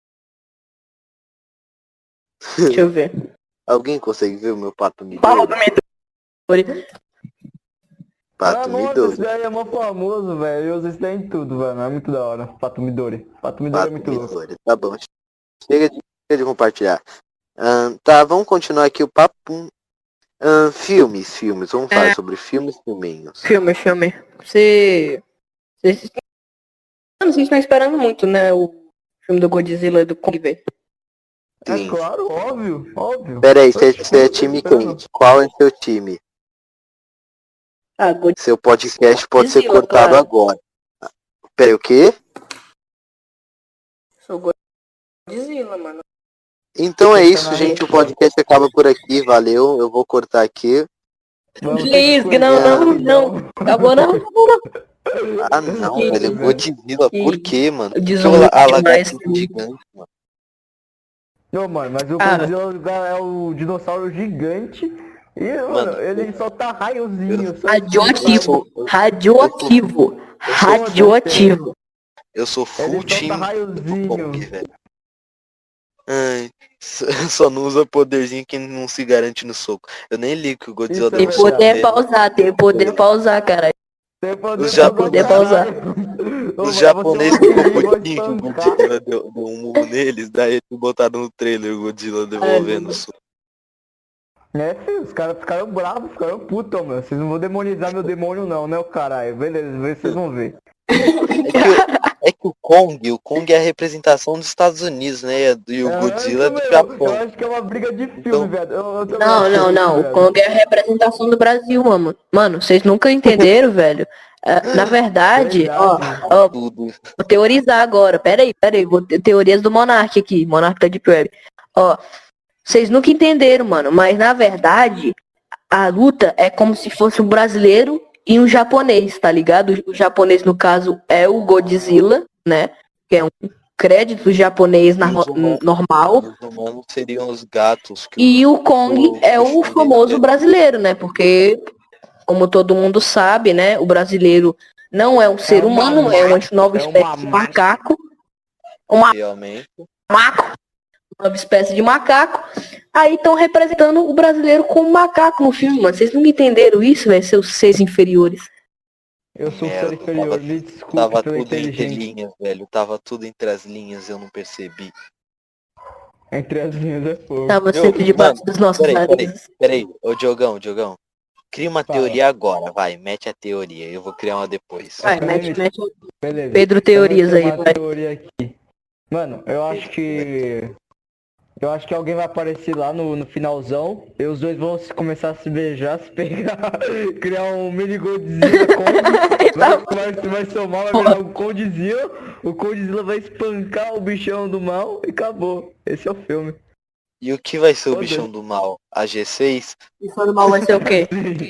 Deixa eu ver. Alguém consegue ver o meu Pato Paulo Midoriya? do Midori. Pato Ah, nossa, esse Midoriya. daí é mó famoso, velho. Eu uso esse daí em tudo, velho. É muito da hora. Pato Midori. Pato Midori é Pato muito louco. Midoriya. Tá bom. Chega de, chega de compartilhar. Ah, tá, vamos continuar aqui o papo. Ah, filmes, filmes. Vamos falar sobre filmes, filminhos. Filme, filme. Você. Vocês Mano, vocês estão esperando muito, né? O filme do Godzilla e do Kong, velho. Sim. É claro, óbvio, óbvio. Pera aí, você, Oxi, você é tô time esperando. quem? Qual é seu time? Ah, Godzilla. Seu podcast pode ser Godzilla, cortado claro. agora. Pera aí, o quê? Sou Godzilla, mano. Então é Você tá isso, na gente. rede. O podcast acaba por aqui. Valeu. Eu vou cortar aqui. Vamos Que ter que isso, que não, cortar não, rapidão. não. Acabou não, acabou não. Ah, não, Que velho. isso, Godzilla. Que Por quê, mano? Por que desumilde o a demais, lagartixa filho. gigante, mano? Não, mano, mas o Ah. Godzilla é o dinossauro gigante. E, mano, Mano, ele solta raiozinho. só Radioativo. Eu- Radioativo. Radioativo. Eu sou Ele full solta time do raiozinho. Kong, velho. Ai, só- só não usa poderzinho que não se garante no soco. Eu nem ligo que o Godzilla Isso é Tem dá um verdade. poder soco pra nele. usar, tem poder pra usar, cara. Tem poder Os pra japoneses- usar, usar. caralho. Ô, Os mano, japoneses você é um ficou vou putinho que o espancar. Godzilla deu, deu um murro neles, daí eles botaram no trailer o Godzilla devolvendo o soco. É, filho, os caras ficaram bravos, ficaram putos, meu. Vocês não vão demonizar meu demônio não, né, o caralho. Beleza, vocês vão ver. É que, o, é que o Kong, o Kong é a representação dos Estados Unidos, né? E o É, Godzilla é do isso mesmo. Japão. Eu acho que é uma briga de filme, Então- velho. Eu, eu também Não, acho não, isso, não. O velho. Kong é a representação do Brasil, mano. Mano, vocês nunca entenderam, velho. É, na verdade, ó, Verdade. ó, Tudo. vou teorizar agora. Pera aí, pera aí. Vou ter teorias do Monark aqui. Monark tá de web. Ó, vocês nunca entenderam, mano. Mas na verdade, a luta é como se fosse um brasileiro e um japonês, tá ligado? O japonês, no caso, é o Godzilla, né? Que é um crédito japonês na- E os humanos- normal. Os humanos seriam os gatos. Que E o Kong o- é o o famoso brasileiro, né? Porque, como todo mundo sabe, né? O brasileiro não é um ser uma humano, é uma nova é espécie uma de macaco. Uma realmente. macaco, nova espécie de macaco. Aí estão representando o brasileiro como macaco no filme, mano. Vocês não entenderam isso, velho? Seus seres inferiores. Eu sou o Merda, ser inferior, tava- me desculpe Tava pela tudo entre inteligência. linhas, velho. Tava tudo entre as linhas, eu não percebi. Entre as linhas é fogo. Tava Eu- sempre debaixo mano, dos nossos peraí, peraí. narizes. Peraí, ô Diogão, Diogão. Cria uma Fala. teoria agora, vai. Mete a teoria. Eu vou criar uma depois. Vai, Então, mete, limite. mete. Beleza. Pedro, Então vai teorias ter aí, uma vai. teoria aqui. Mano, eu acho que... Eu acho que alguém vai aparecer lá no, no finalzão e os dois vão se- começar a se beijar, se pegar, criar um mini Godzilla Kong. Tá. Vai, vai, vai ser o mal, vai virar um Godzilla. O Godzilla vai espancar o bichão do mal e acabou. Esse é o filme. E o que vai ser o Meu bichão do mal? A G seis? E for mal vai ser o quê?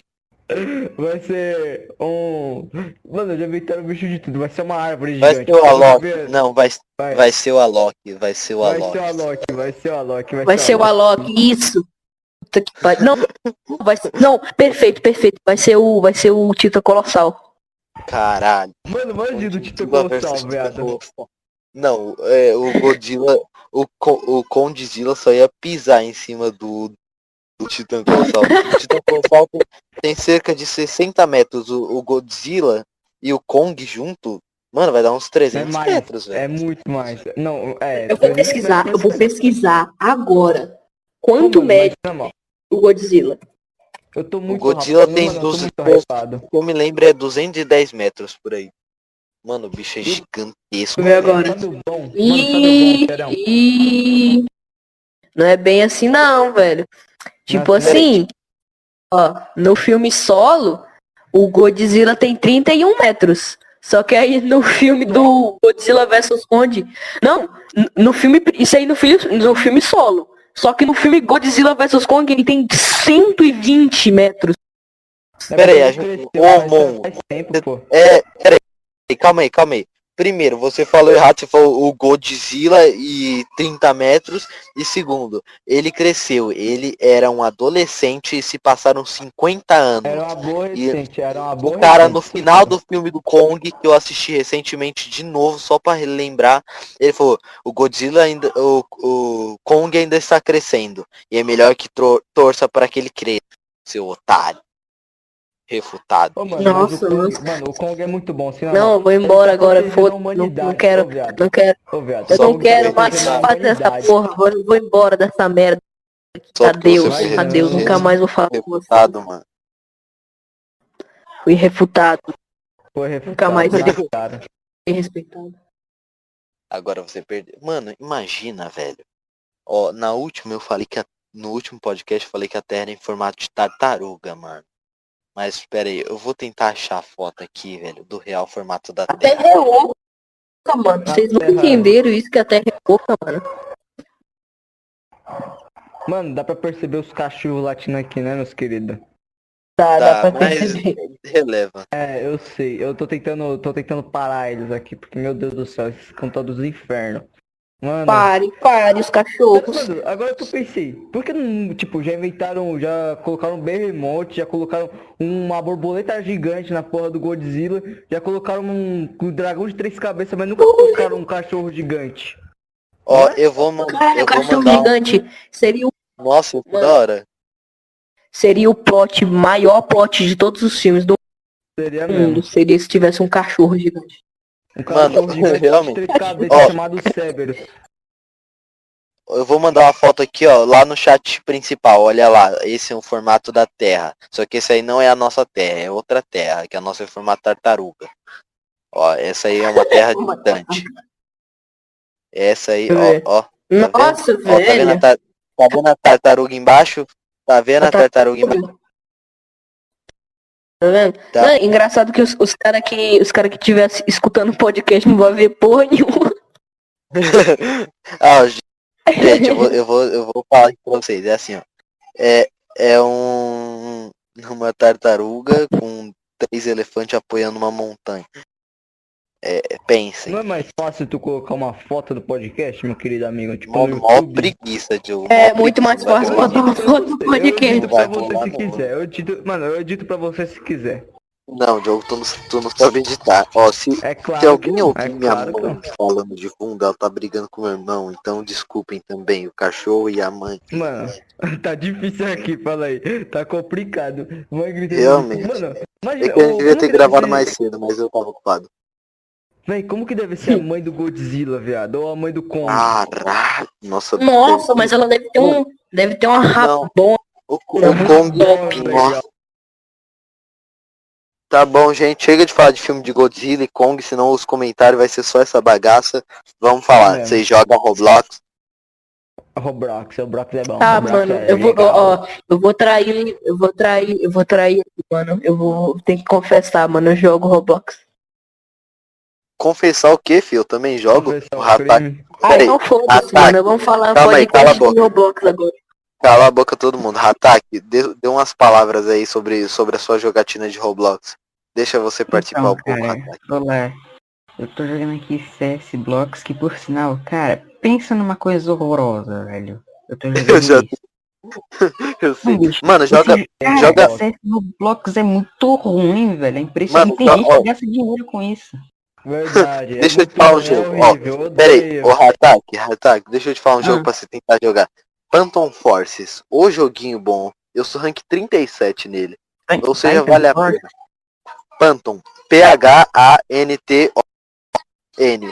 Vai ser um... Mano, já inventaram o bicho de tudo. Vai ser uma árvore Vai gigante. ser o Alok. Ver- Não, vai, Vai, vai ser o Alok. Vai ser o vai Alok. ser o Alok, vai ser o Alok. Vai ser o Alok, isso. Puta que pariu. Não, vai ser, não, perfeito, perfeito. Vai ser o, vai ser o Tita Colossal. Caralho. Mano, imagina o Tito Godzilla Colossal, versus viado. Tita Colossal. Não, é, o Godzilla, o, Co- o Condzilla só ia pisar em cima do, do Titã Colossal. O Titã Colossal tem, tem cerca de sessenta metros. O, o Godzilla e o Kong junto, mano, vai dar uns É trezentos mais, metros, é velho. muito mais. Não, é. Eu vou pesquisar, eu vou pesquisar agora. Quanto Mano, mede mas, na moral, o Godzilla? eu tô muito Godzilla hypado, tem mano, eu tô dos- muito dos- hypado. O que eu me lembro é duzentos e dez metros por aí. Mano, o bicho é gigantesco. Deixa eu ver agora. Sabe o bom? Mano, sabe o Ih, bom, Serão? ih, não é bem assim não, velho. Tipo Não, assim, ó, no filme solo, o Godzilla tem trinta e um metros. Só que aí no filme do Godzilla versus Kong, não, n- no filme, isso aí no filme, no filme solo. Só que no filme Godzilla versus Kong ele tem cento e vinte metros. É Pera aí, porque a ele gente- cresceu, Ô, mas Mon, faz tempo, pô. É, peraí, calma aí, calma aí. Primeiro, você falou errado, você falou o Godzilla e trinta metros. E segundo, ele cresceu, ele era um adolescente e se passaram cinquenta anos. Era uma boa E recente, era uma boa O cara no recente. final do filme do Kong, que eu assisti recentemente de novo, só pra relembrar, ele falou, o Godzilla ainda, o, o Kong ainda está crescendo. E é melhor que tro- torça para que ele cresça, seu otário. Refutado. Ô, mano, Nossa, mas o Kong, nossa. mano, o Kong é muito bom. Assim, Não, eu vou embora agora, foda, não, não quero, não quero, Ô, viado, eu Só não porque quero você mais tá- fazer essa porra, vou, vou embora dessa merda. Só porque Adeus, você foi adeus, re- nunca mais vou falar com você. refutado, mano. Fui refutado, Foi Nunca mais refutado, eu- cara. fui respeitado. Agora você perdeu. Mano, imagina, velho. Ó, na última eu falei que a... no último podcast eu falei que a Terra era em formato de tartaruga, mano. Mas espera aí, eu vou tentar achar a foto aqui, velho, do real formato da A Terra. terra é oca, mano. Vocês não Terra- entenderam isso que a terra é oca, mano. Mano, dá pra perceber os cachorros latindo aqui, né, meus queridos? Dá, dá Tá, pra mas perceber. releva. É, eu sei. Eu tô tentando, tô tentando parar eles aqui, porque, meu Deus do céu, esses são todos infernos. Mano, Pare, pare os cachorros. mano, agora que eu pensei, por que não, tipo, já inventaram, já colocaram um Behemoth, já colocaram uma borboleta gigante na porra do Godzilla, já colocaram um, um dragão de três cabeças, mas nunca colocaram um cachorro gigante. Ó, eu vou, man... Caralho, eu o vou cachorro mandar um... gigante seria o, Nossa, que Mano. da hora. seria o plot, maior plot de todos os filmes do Seria mundo. mesmo. Seria se tivesse um cachorro gigante. Um cachorro Mano, gigante realmente. de três cabeças Ó. chamado Cerberus. eu vou mandar uma foto aqui, ó, lá no chat principal. Olha lá, esse é o formato da Terra. Só que esse aí não é a nossa Terra, é outra Terra, que a nossa é o formato tartaruga. Ó, essa aí é uma Terra distante. Essa aí, ó, ó. Tá Nossa, vendo? Ó, tá vendo a, velho. tar... tá vendo a tartaruga embaixo? Tá vendo a Tá- tartaruga embaixo? Tá vendo? Tá. Não, engraçado que os, os caras que os cara que tivesse escutando o podcast não vão ver porra nenhuma. Ah, gente, eu vou, eu vou, eu vou falar aqui pra vocês. É assim, ó. É, é um uma tartaruga com três elefantes apoiando uma montanha. É, pensem. Não é mais fácil tu colocar uma foto do podcast, meu querido amigo? Tipo, Mó, no mó YouTube? preguiça, Diogo. É mó muito mais preguiça, fácil vai botar rolar. uma foto do Eu edito podcast. pra Vai você rolar, se não. quiser. Eu edito, mano, eu edito pra você se quiser. Não, Diogo, tu não, tu não sabe editar. Ó, se, É claro se alguém que não, ouvir é minha claro que mãe não. falando de fundo, ela tá brigando com meu irmão, então desculpem também, o cachorro e a mãe. Mano, tá difícil aqui, fala aí. Tá complicado. Mãe gritando. Realmente. Mano, É imagina, que a gente ô, devia como ter que deve gravado ser... mais cedo, mas eu tava ocupado. Véi, como que deve ser a mãe do Godzilla, viado? Ou a mãe do Kong? Caralho, nossa. Nossa, deve- mas ela deve ter um. Deve ter uma Não, rabona. o, o Não, muito Kong, top, nossa. legal. Tá bom, gente, chega de falar de filme de Godzilla e Kong, senão os comentários vai ser só essa bagaça. Vamos falar, mesmo. vocês jogam Roblox? Roblox, Roblox é bom. Ah, Roblox mano, é eu vou, legal. ó, ó, eu vou trair, eu vou trair, eu vou trair, mano. Eu vou ter que confessar, mano, eu jogo Roblox. Confessar o que, filho? Eu também jogo. Confessar O o Rafa... crime. Ah, Peraí, então foda-se, Ataque. mano. Vamos falar Calma aí, cala a podcast boca. de Roblox agora. Cala a boca todo mundo. Hatak, dê, dê umas palavras aí sobre, sobre a sua jogatina de Roblox. Deixa você participar Então, um pouco, cara, Hatak. olá. Eu tô jogando aqui C S Blocks, que por sinal, cara, pensa numa coisa horrorosa, velho. Eu tô jogando Eu já- isso. Eu sei. Não, bicho, Mano, joga. esse- cara, joga- C S Roblox é muito ruim, velho. É impressionante. Mano, Tem ó, gente ó. que gasta dinheiro com isso. Verdade. Deixa é eu te falar um muito ruim, jogo, é ó. horrível, eu Pera aí, odeio. ô Hatak, Hatak, deixa eu te falar um jogo Ah. pra você tentar jogar. Phantom Forces, o joguinho bom. Eu sou rank trinta e sete nele. Tem- Ou seja, Titan vale a Force? pena. Phantom. P H A N T O N.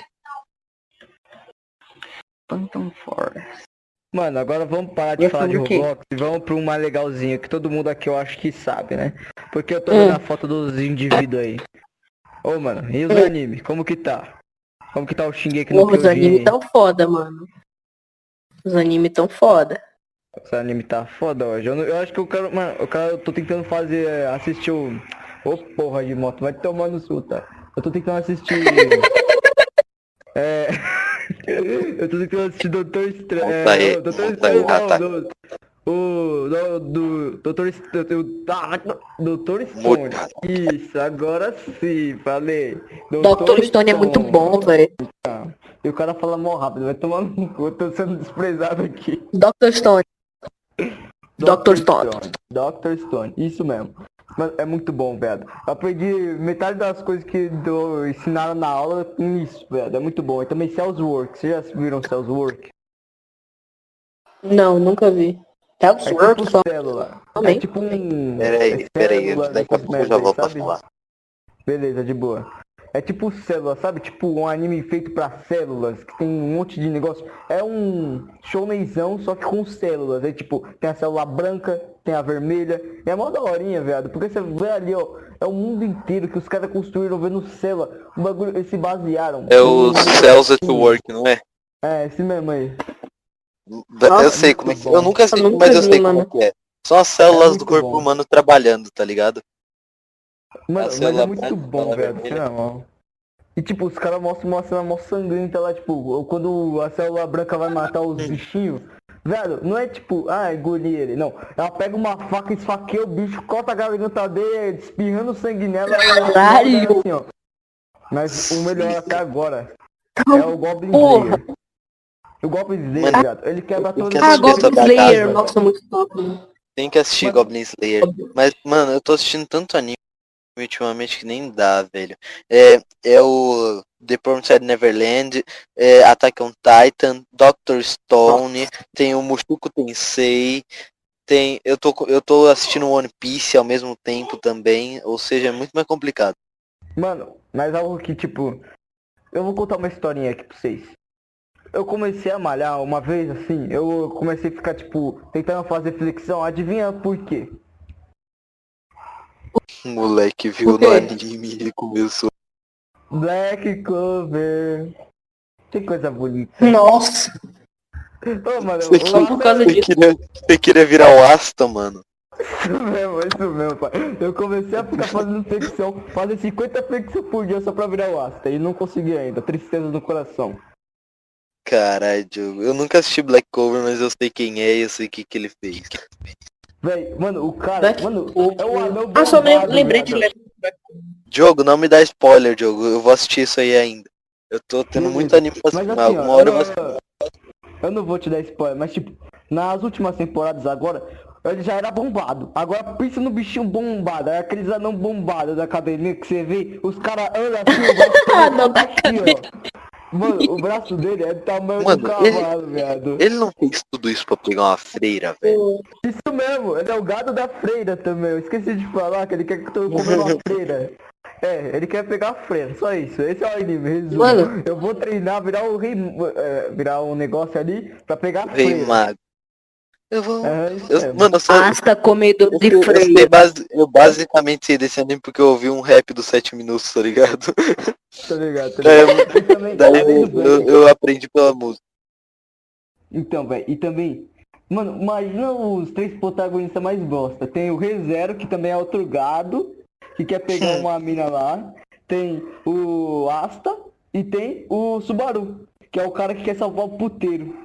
Phantom Force. Mano, agora vamos parar de E é falar de sobre o quê? Roblox e vamos pra um mais legalzinho, que todo mundo aqui eu acho que sabe, né? Porque eu tô vendo Hum. a foto dos indivíduos aí. Ô, mano, e os Hum. animes? Como que tá? Como que tá o Shingeki no Porra, os Kyojin? animes tão foda, mano. Os animes tão foda. Esse anime tá foda hoje. Eu, não- eu acho que eu quero, mano, eu, quero, eu tô tentando fazer, é, assistir o... Ô, porra de moto, vai tomar no sul, tá? Eu tô tentando assistir... é... eu tô tentando assistir Doutor Estranho... Monta aí, É, Doutor monta aí, Estranho, Rata. não, do, o... Do, do, Doutor Estranho... Ah, Doutor Stone. Muta. Isso, agora sim, falei. Doutor Stone é muito bom, velho. E o cara fala mó rápido, vai tomar no cu, eu tô sendo desprezado aqui. Doutor Stone. Doutor Stone. doutor Stone, isso mesmo. Mano, é muito bom, velho. Eu aprendi metade das coisas que do, ensinaram na aula com isso, velho. É muito bom. E também Saleswork. Vocês já viram Saleswork? Não, nunca vi. É Hellswork tipo só. célula. É Também. tipo um... Peraí, é peraí, célula daqui a desses pouco eu já merda aí, volto pra sabe? falar. Beleza, de boa. É tipo célula, sabe? Tipo um anime feito pra células, que tem um monte de negócio. É um shounenzão, só que com células. Aí tipo, tem a célula branca, tem a vermelha. E é mó daorinha, velho. Porque você vê ali, ó, é o mundo inteiro que os caras construíram vendo célula. O bagulho, eles se basearam. É o em- Cells at Work, não é? É, esse mesmo aí. Nossa, eu sei muito como é que. bom. Eu nunca assisti, nunca mas eu vi, sei mano. como é que é. São as células muito do corpo bom. humano trabalhando, tá ligado? Mano, A mas célula é muito branca, bom, célula velho. vermelha. Não. E tipo, os caras mostram uma cena mó sangrenta lá, tipo, quando a célula branca vai matar os bichinhos. Velho, não é tipo, ah, engolir ele, não. Ela pega uma faca, esfaqueia o bicho, corta a garganta dele, espirrando sangue nela. e- Caralho! Assim, ó. Mas o melhor Sim. até agora é o Goblin Porra. Slayer. O Goblin Slayer, Mano, velho, ele quebra eu tenho todas que Ah, assistir essa Goblin bagaça, Slayer. velho. Nossa, muito top, mano. Tem que assistir Mano. Goblin Slayer. Mas, mano, eu tô assistindo tanto anime ultimamente que nem dá, velho. É, é o The Promised Neverland, é Attack on Titan, doutor Stone, tem o Mushoku Tensei, tem. Eu tô, eu tô assistindo One Piece ao mesmo tempo também, ou seja, é muito mais complicado. Mano, mas algo que tipo. Eu vou contar uma historinha aqui pra vocês. eu comecei a malhar uma vez, assim, eu comecei a ficar, tipo, tentando fazer flexão, adivinha por quê? O moleque viu Por quê? no anime e ele começou. Black Clover. Que coisa bonita. Nossa, Ô, mano, Você, o só por causa você disso. queria, você queria virar o Asta, mano. Isso mesmo, isso mesmo, pai. Eu comecei a ficar fazendo flexão, fazer cinquenta flexões por dia só pra virar o Asta. E não consegui ainda, tristeza no coração. Caralho, Diogo. Eu nunca assisti Black Clover, mas eu sei quem é e eu sei o que, que ele fez. Véi, mano, o cara, Black mano, é o anão Ah, só lem- bombado, lembrei de viado. Diogo, não me dá spoiler, Diogo. Eu vou assistir isso aí ainda. Eu tô tendo muito Beleza. anime pra Mas assistir. assim, ó, Alguma hora eu eu, vou assistir. eu não vou te dar spoiler, mas tipo, nas últimas temporadas agora, ele já era bombado. Agora pensa no bichinho bombado, é aqueles anão bombados da academia que você vê, os caras andam assim, o braço Ah, não, da aqui, ó. Mano, o braço dele é do tamanho Mano, do cavalo, viado. Ele não fez tudo isso pra pegar uma freira, velho. Isso mesmo, ele é o gado da freira também. Eu esqueci de falar que ele quer que eu comer uma freira. É, ele quer pegar a freira, só isso. Esse é o anime, resumo. Mano. Eu vou treinar, virar um rei, é, virar um negócio ali pra pegar a Rei freira. mago. Eu vou. É, isso Eu, mesmo. mano, eu só. Asta comedor Eu, de sei- eu, sei freio. base- eu basicamente sei desse anime porque eu ouvi um rap dos sete minutos, tá ligado? Tá ligado, tá É, ligado? E também, daí além eu, do eu, Black- eu aprendi pela música. Então, velho, e também, mano, imagina os três protagonistas mais bosta. Tem o ReZero, que também é outro gado, que quer pegar uma mina lá. Tem o Asta e tem o Subaru, que é o cara que quer salvar o puteiro.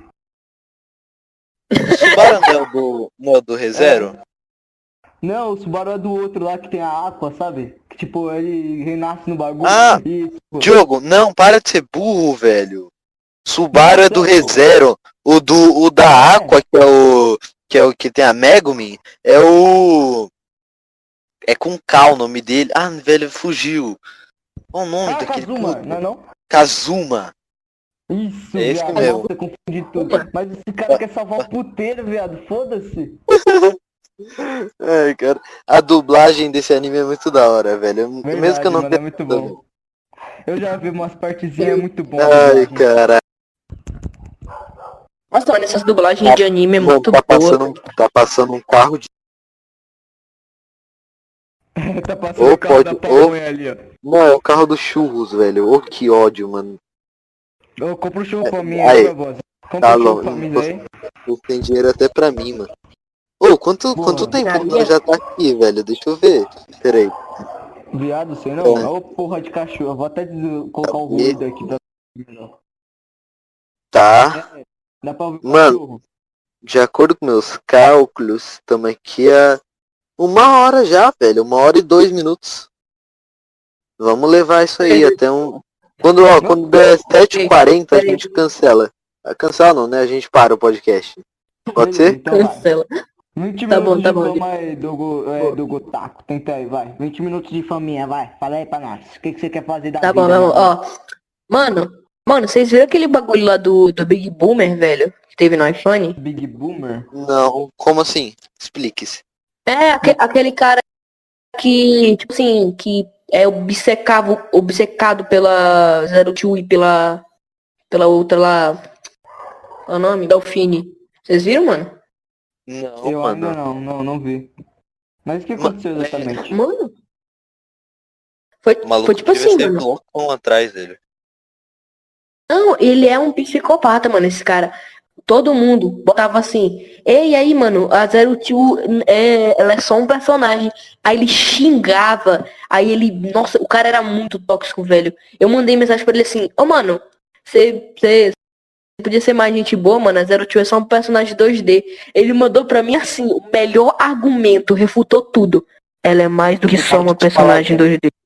Subaru não é o do, não é o do ReZero? Não, o Subaru é do outro lá que tem a Aqua, sabe? Que tipo, ele renasce no bagulho Ah, e tipo, Diogo, não, para de ser burro, velho. Subaru é do ReZero. O do o da Aqua, que é o que é o que tem a Megumin, é o é com K o nome dele. Ah, velho, fugiu. Qual o nome Ah, daquele Kazuma, puto? não é não? Kazuma. Isso, É esse viado, mesmo. nossa, eu confundi tudo. Mas esse cara quer salvar o puteiro, viado, foda-se. Ai, cara. A dublagem desse anime é muito da hora, velho. Mesmo Verdade, que eu não mano, é tenha. muito bom. Eu já vi umas partezinhas muito boas. Ai, cara. Nossa, mano, essas dublagens de anime é Mano, muito tá boa. passando, um- tá passando um carro de. Tá passando Ô, o carro da pode- pamonha ali, ó. Não, é o carro do churros, velho. Ô, que ódio, mano. Eu compro churro pra mim, Aí, aí, Barbosa. Compra tá um churro louco. pra mim aí. Você tem dinheiro até pra mim, mano. Ô, quanto, Boa. quanto tempo Sabia? nós já tá aqui, velho? Deixa eu ver. Peraí. Viado, sei não. É. É o porra de cachorro. Eu vou até des- colocar o Tá ruído aqui pra. Tá. Dá pra ouvir o Mano. cachorro? De acordo com meus cálculos, estamos aqui a uma hora já, velho. Uma hora e dois minutos. Vamos levar isso aí até um. Quando, ó, quando der sete e quarenta a gente cancela. Ah, cancela não, né? A gente para o podcast. Pode Beleza, ser? então vai. Cancela. vinte Tá minutos bom, tá de bom. fama aí, Dogo, é, Dogo Taco. Tenta aí, vai. vinte minutos de faminha, vai. Fala aí pra nós. O que, que você quer fazer da Tá vida? bom, tá bom. meu irmão? Ó, mano, mano, vocês viram aquele bagulho lá do, do Big Boomer, velho? Que teve no iPhone? Big Boomer? Não. Como assim? Explique-se. É, aque- aquele cara que, tipo assim, que é obcecado, obcecado pela Zero Two e pela, pela outra lá, qual é o nome? Delfine. Vocês viram, mano? Não, Eu mano. ainda não, não, não vi. Mas o que Ma- aconteceu exatamente? Mano. Foi, O maluco foi tipo devia assim, ser mano. loucão atrás dele. Não, ele é um psicopata, mano, esse cara. Todo mundo botava assim, ei, aí, mano, a Zero Two é, ela é só um personagem. Aí ele xingava, aí ele, nossa, o cara era muito tóxico, velho. Eu mandei mensagem pra ele assim, ô, mano, você, você podia ser mais gente boa, mano, a Zero Two é só um personagem dois D. Ele mandou pra mim assim, o melhor argumento, refutou tudo. Ela é mais do que só uma personagem dois D.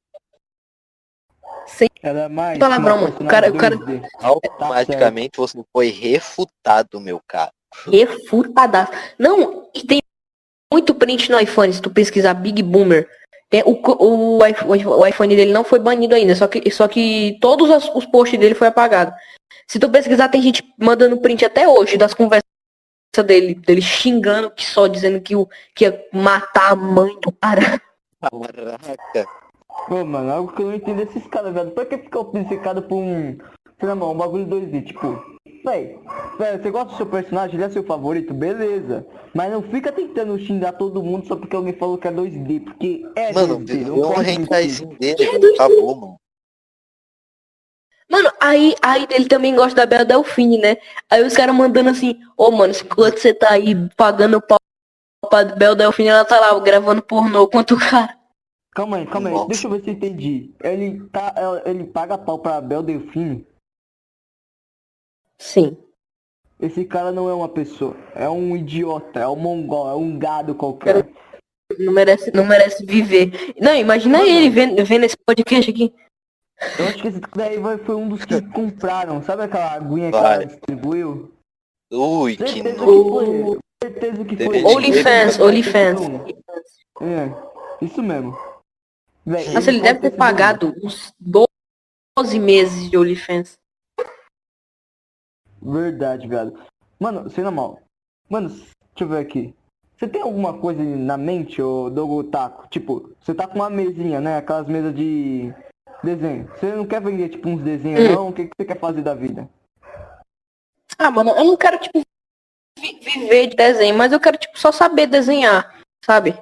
Sem Ela é mais. palavrão, uma mano. O cara, o cara personagem dois D. Automaticamente você foi refutado, meu cara. refutadaço. Não, e tem muito print no iPhone, se tu pesquisar Big Boomer. Tem, o, co- o, iPhone- o iPhone dele não foi banido ainda, só que, só que todos os, os posts dele foi apagado. Se tu pesquisar, tem gente mandando print até hoje das conversas dele, dele xingando que só, dizendo que, o, que ia matar a mãe do cara. Caraca. Pô, mano, algo que eu não entendo desses caras, velho. Pra que ficar obcecado por um. Sei lá, mano, um bagulho dois D, tipo. Véi, véi, você gosta do seu personagem, ele é seu favorito, beleza. Mas não fica tentando xingar todo mundo só porque alguém falou que é dois D, porque é Mano, dois D, vê não um pode rentaizinho dele, Que é velho. dois D? Acabou, mano. Mano, aí, aí ele também gosta da Bela Delfine, né? Aí os caras mandando assim, ô mano, enquanto você tá aí pagando pau pra Bela Delfine, ela tá lá gravando pornô quanto o cara. Calma aí, calma aí, Nossa. deixa eu ver se eu entendi. Ele, tá, ele paga pau pra Bel Delfine. Sim. Esse cara não é uma pessoa, é um idiota, é um mongol, é um gado qualquer. Não merece, não merece viver. Não, imagina Mano. ele vendo, vendo esse podcast aqui. Eu acho que esse daí vai- foi um dos que compraram. Sabe aquela aguinha que Vai. ela distribuiu? Ui, que Certeza nojo. que foi ele. Certeza que foi Teve ele. OnlyFans, OnlyFans. É, isso mesmo. Véi, Nossa, ele pode deve ter sido pagado uns doze meses de OnlyFans. um. Verdade, velho. Mano, sem na mal. Mano, deixa eu ver aqui. Você tem alguma coisa na mente, ô Dogo Taco? Tipo, você tá com uma mesinha, né? Aquelas mesas de desenho. Você não quer vender, tipo, uns desenhos, Hum. não? O que, que você quer fazer da vida? Ah, mano, eu não quero, tipo, vi- viver de desenho, mas eu quero, tipo, só saber desenhar, sabe?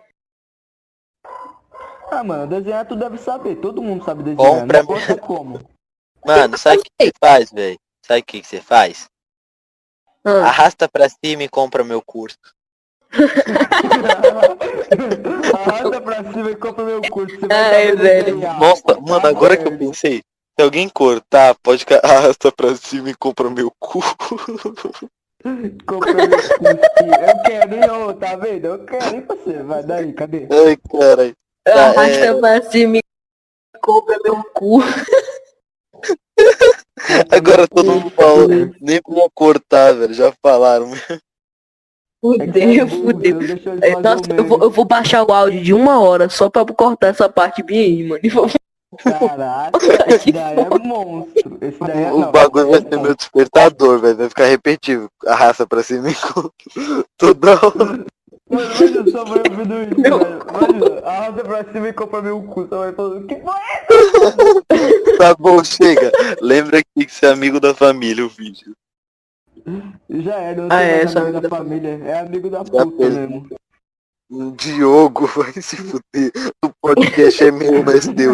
Ah, mano, desenhar tu deve saber. Todo mundo sabe desenhar. Compra- Não importa como. Mano, sabe o que você faz, velho? Sabe o que que você faz? Ah, Arrasta pra cima e compra meu curso. Arrasta pra cima e compra meu curso. Você vai Ai, saber velho. desenhar. Nossa, mano, agora que eu merda. pensei, se alguém cortar, pode ca- arrasta pra cima e compra meu cu. Compra meu curso. Eu quero, hein, ô, tá vendo? Eu quero, hein, você. Vai daí, cadê? Ai, caralho. Tá, arrasta é, pra cima e compra meu cu. agora todo mundo falou, É nem pra cortar, velho, já falaram. que você é Fudeu, burro, fudeu. você não deixou ele É, fazer Nossa, o eu vou, meme. eu vou baixar o áudio de uma hora só pra cortar essa parte bem aí, mano. E vou- Caraca, esse daí é monstro. Esse daí é O não. bagulho vai esse ser é meu despertador, velho, vai ficar repetitivo. Arrasta pra cima e compra. Toda hora. Mano, imagina sua mãe ouvindo isso, Meu velho. Imagina, arrasta pra cima e compra meu cu. Sua mãe falando, que porra é Tá bom, chega. Lembra que tem que ser amigo da família o vídeo. essa? Já era, não Ah, tem é, mais sou amigo amigo da da família. É amigo da Já puta fez. mesmo. O Diogo vai se fuder. O podcast é meu, mas teu.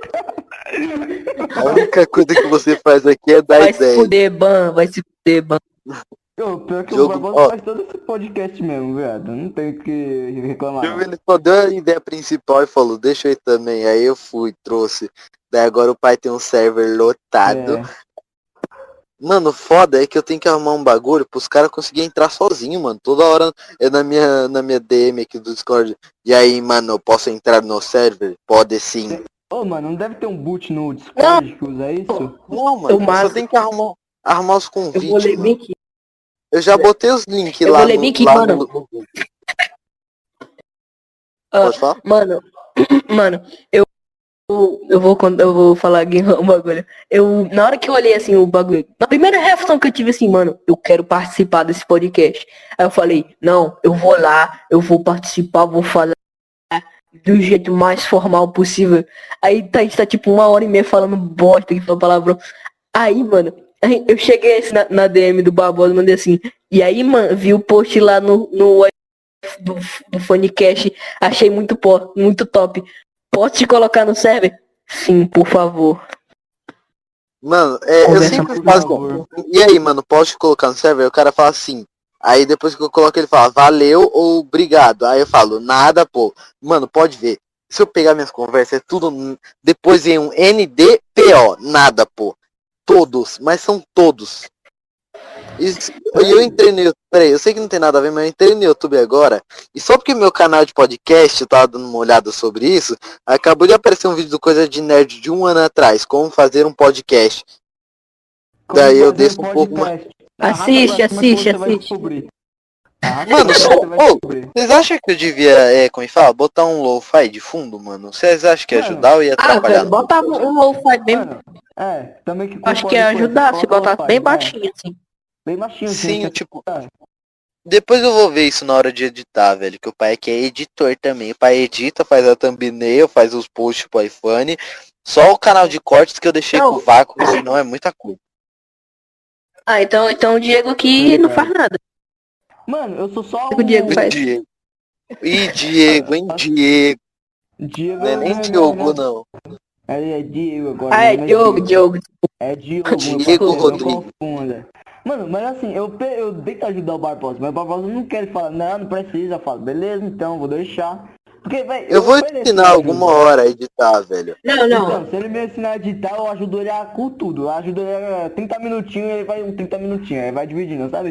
A única coisa que você faz aqui é dar Vai se ideia. fuder, ban, vai se fuder, ban. Ô, pior que Jogo- o Barbosa ó. faz todo esse podcast mesmo, viado. Não tem o que reclamar. Ele Não. só deu a ideia principal e falou, deixa eu ir também. Aí eu fui, trouxe. Daí agora o pai tem um server lotado. É. Mano, foda é que eu tenho que arrumar um bagulho pros caras conseguirem entrar sozinho, mano. Toda hora é na minha, na minha D M aqui do Discord. E aí, mano, eu posso entrar no server? Pode sim. Ô, mano, não deve ter um boot no Discord que usa isso? Não, mano, Eu eu só mato. tenho que arrumar, arrumar os Eu convites, vou ler mano. bem aqui. Eu já botei os links Eu lá vou ler no... bem aqui, lá mano. no- Ah, Pode falar? Mano, mano, eu, eu vou con- eu vou falar aqui um bagulho. Eu, na hora que eu olhei assim o bagulho, na primeira reação que eu tive assim, mano, eu quero participar desse podcast. Aí eu falei, não, eu vou lá, eu vou participar, vou falar do jeito mais formal possível. Aí tá, a gente tá tipo uma hora e meia falando bosta que fala palavrão. Aí, mano, aí eu cheguei assim na, na D M do Barbosa, mandei assim, e aí, mano, vi o post lá no, no do, do Funnycast, achei muito, pô, muito top. Posso te colocar no server? Sim, por favor. Mano, é, eu Conversa, sempre por faço... favor. E aí, mano, posso te colocar no server? Aí o cara fala assim. Aí depois que eu coloco ele fala, valeu ou obrigado. Aí eu falo, nada, pô. Mano, pode ver. Se eu pegar minhas conversas, é tudo... n- Depois vem um N D P O. Nada, pô. Todos, mas são todos. Isso- E eu entrei no YouTube, peraí, eu sei que não tem nada a ver, mas eu entrei no YouTube agora, e só porque meu canal de podcast, eu tava dando uma olhada sobre isso, acabou de aparecer um vídeo do Coisa de Nerd de um ano atrás, como fazer um podcast. Como Daí eu fazer desço um pouco podcast? Assiste, Arrasta pra cima que assiste, você vai assiste. descobrir. Arrasta Mano, pra cima só- que você vai ô, descobrir. Vocês acham que eu devia, é, como é que fala, botar um lo-fi de fundo, mano? Vocês acham que ia Mano, ajudar ou ia Ah, atrapalhar? velho, bota um lo-fi bem. Mano, é, também que Acho concordo que ia com ele. ajudar se Coloca botar lo-fi, bem é. baixinho, assim. Bem baixinho, Sim, gente. tipo, É. depois eu vou ver isso na hora de editar, velho. Que o pai aqui é editor também. O pai edita, faz a thumbnail, faz os posts pro iPhone. Só o canal de cortes que eu deixei Não. com o vácuo, senão é muita coisa. Ah, então, então o Diego aqui não faz nada. Mano, eu sou só O Diego E faz. Diego. E Diego, hein, Diego. Diego Não é nem né, Diogo, né? não. É, é Diego agora. Ah, é não Diogo, Diogo. É Diogo, meu Diego parceiro, não Rodrigues. confunda. Mano, mas assim, eu, pe- eu tento ajudar o Barbosa, mas o Barbosa não quer falar, não, não precisa. Eu falo, beleza, então, vou deixar. Porque, velho, Eu vou ofereci ensinar ajuda. alguma hora a editar, velho. Não, Então, não. se ele me ensinar a editar, eu ajudo ele a com tudo. Eu ajudo ele a trinta minutinhos, ele vai um trinta minutinhos, aí vai dividindo, sabe?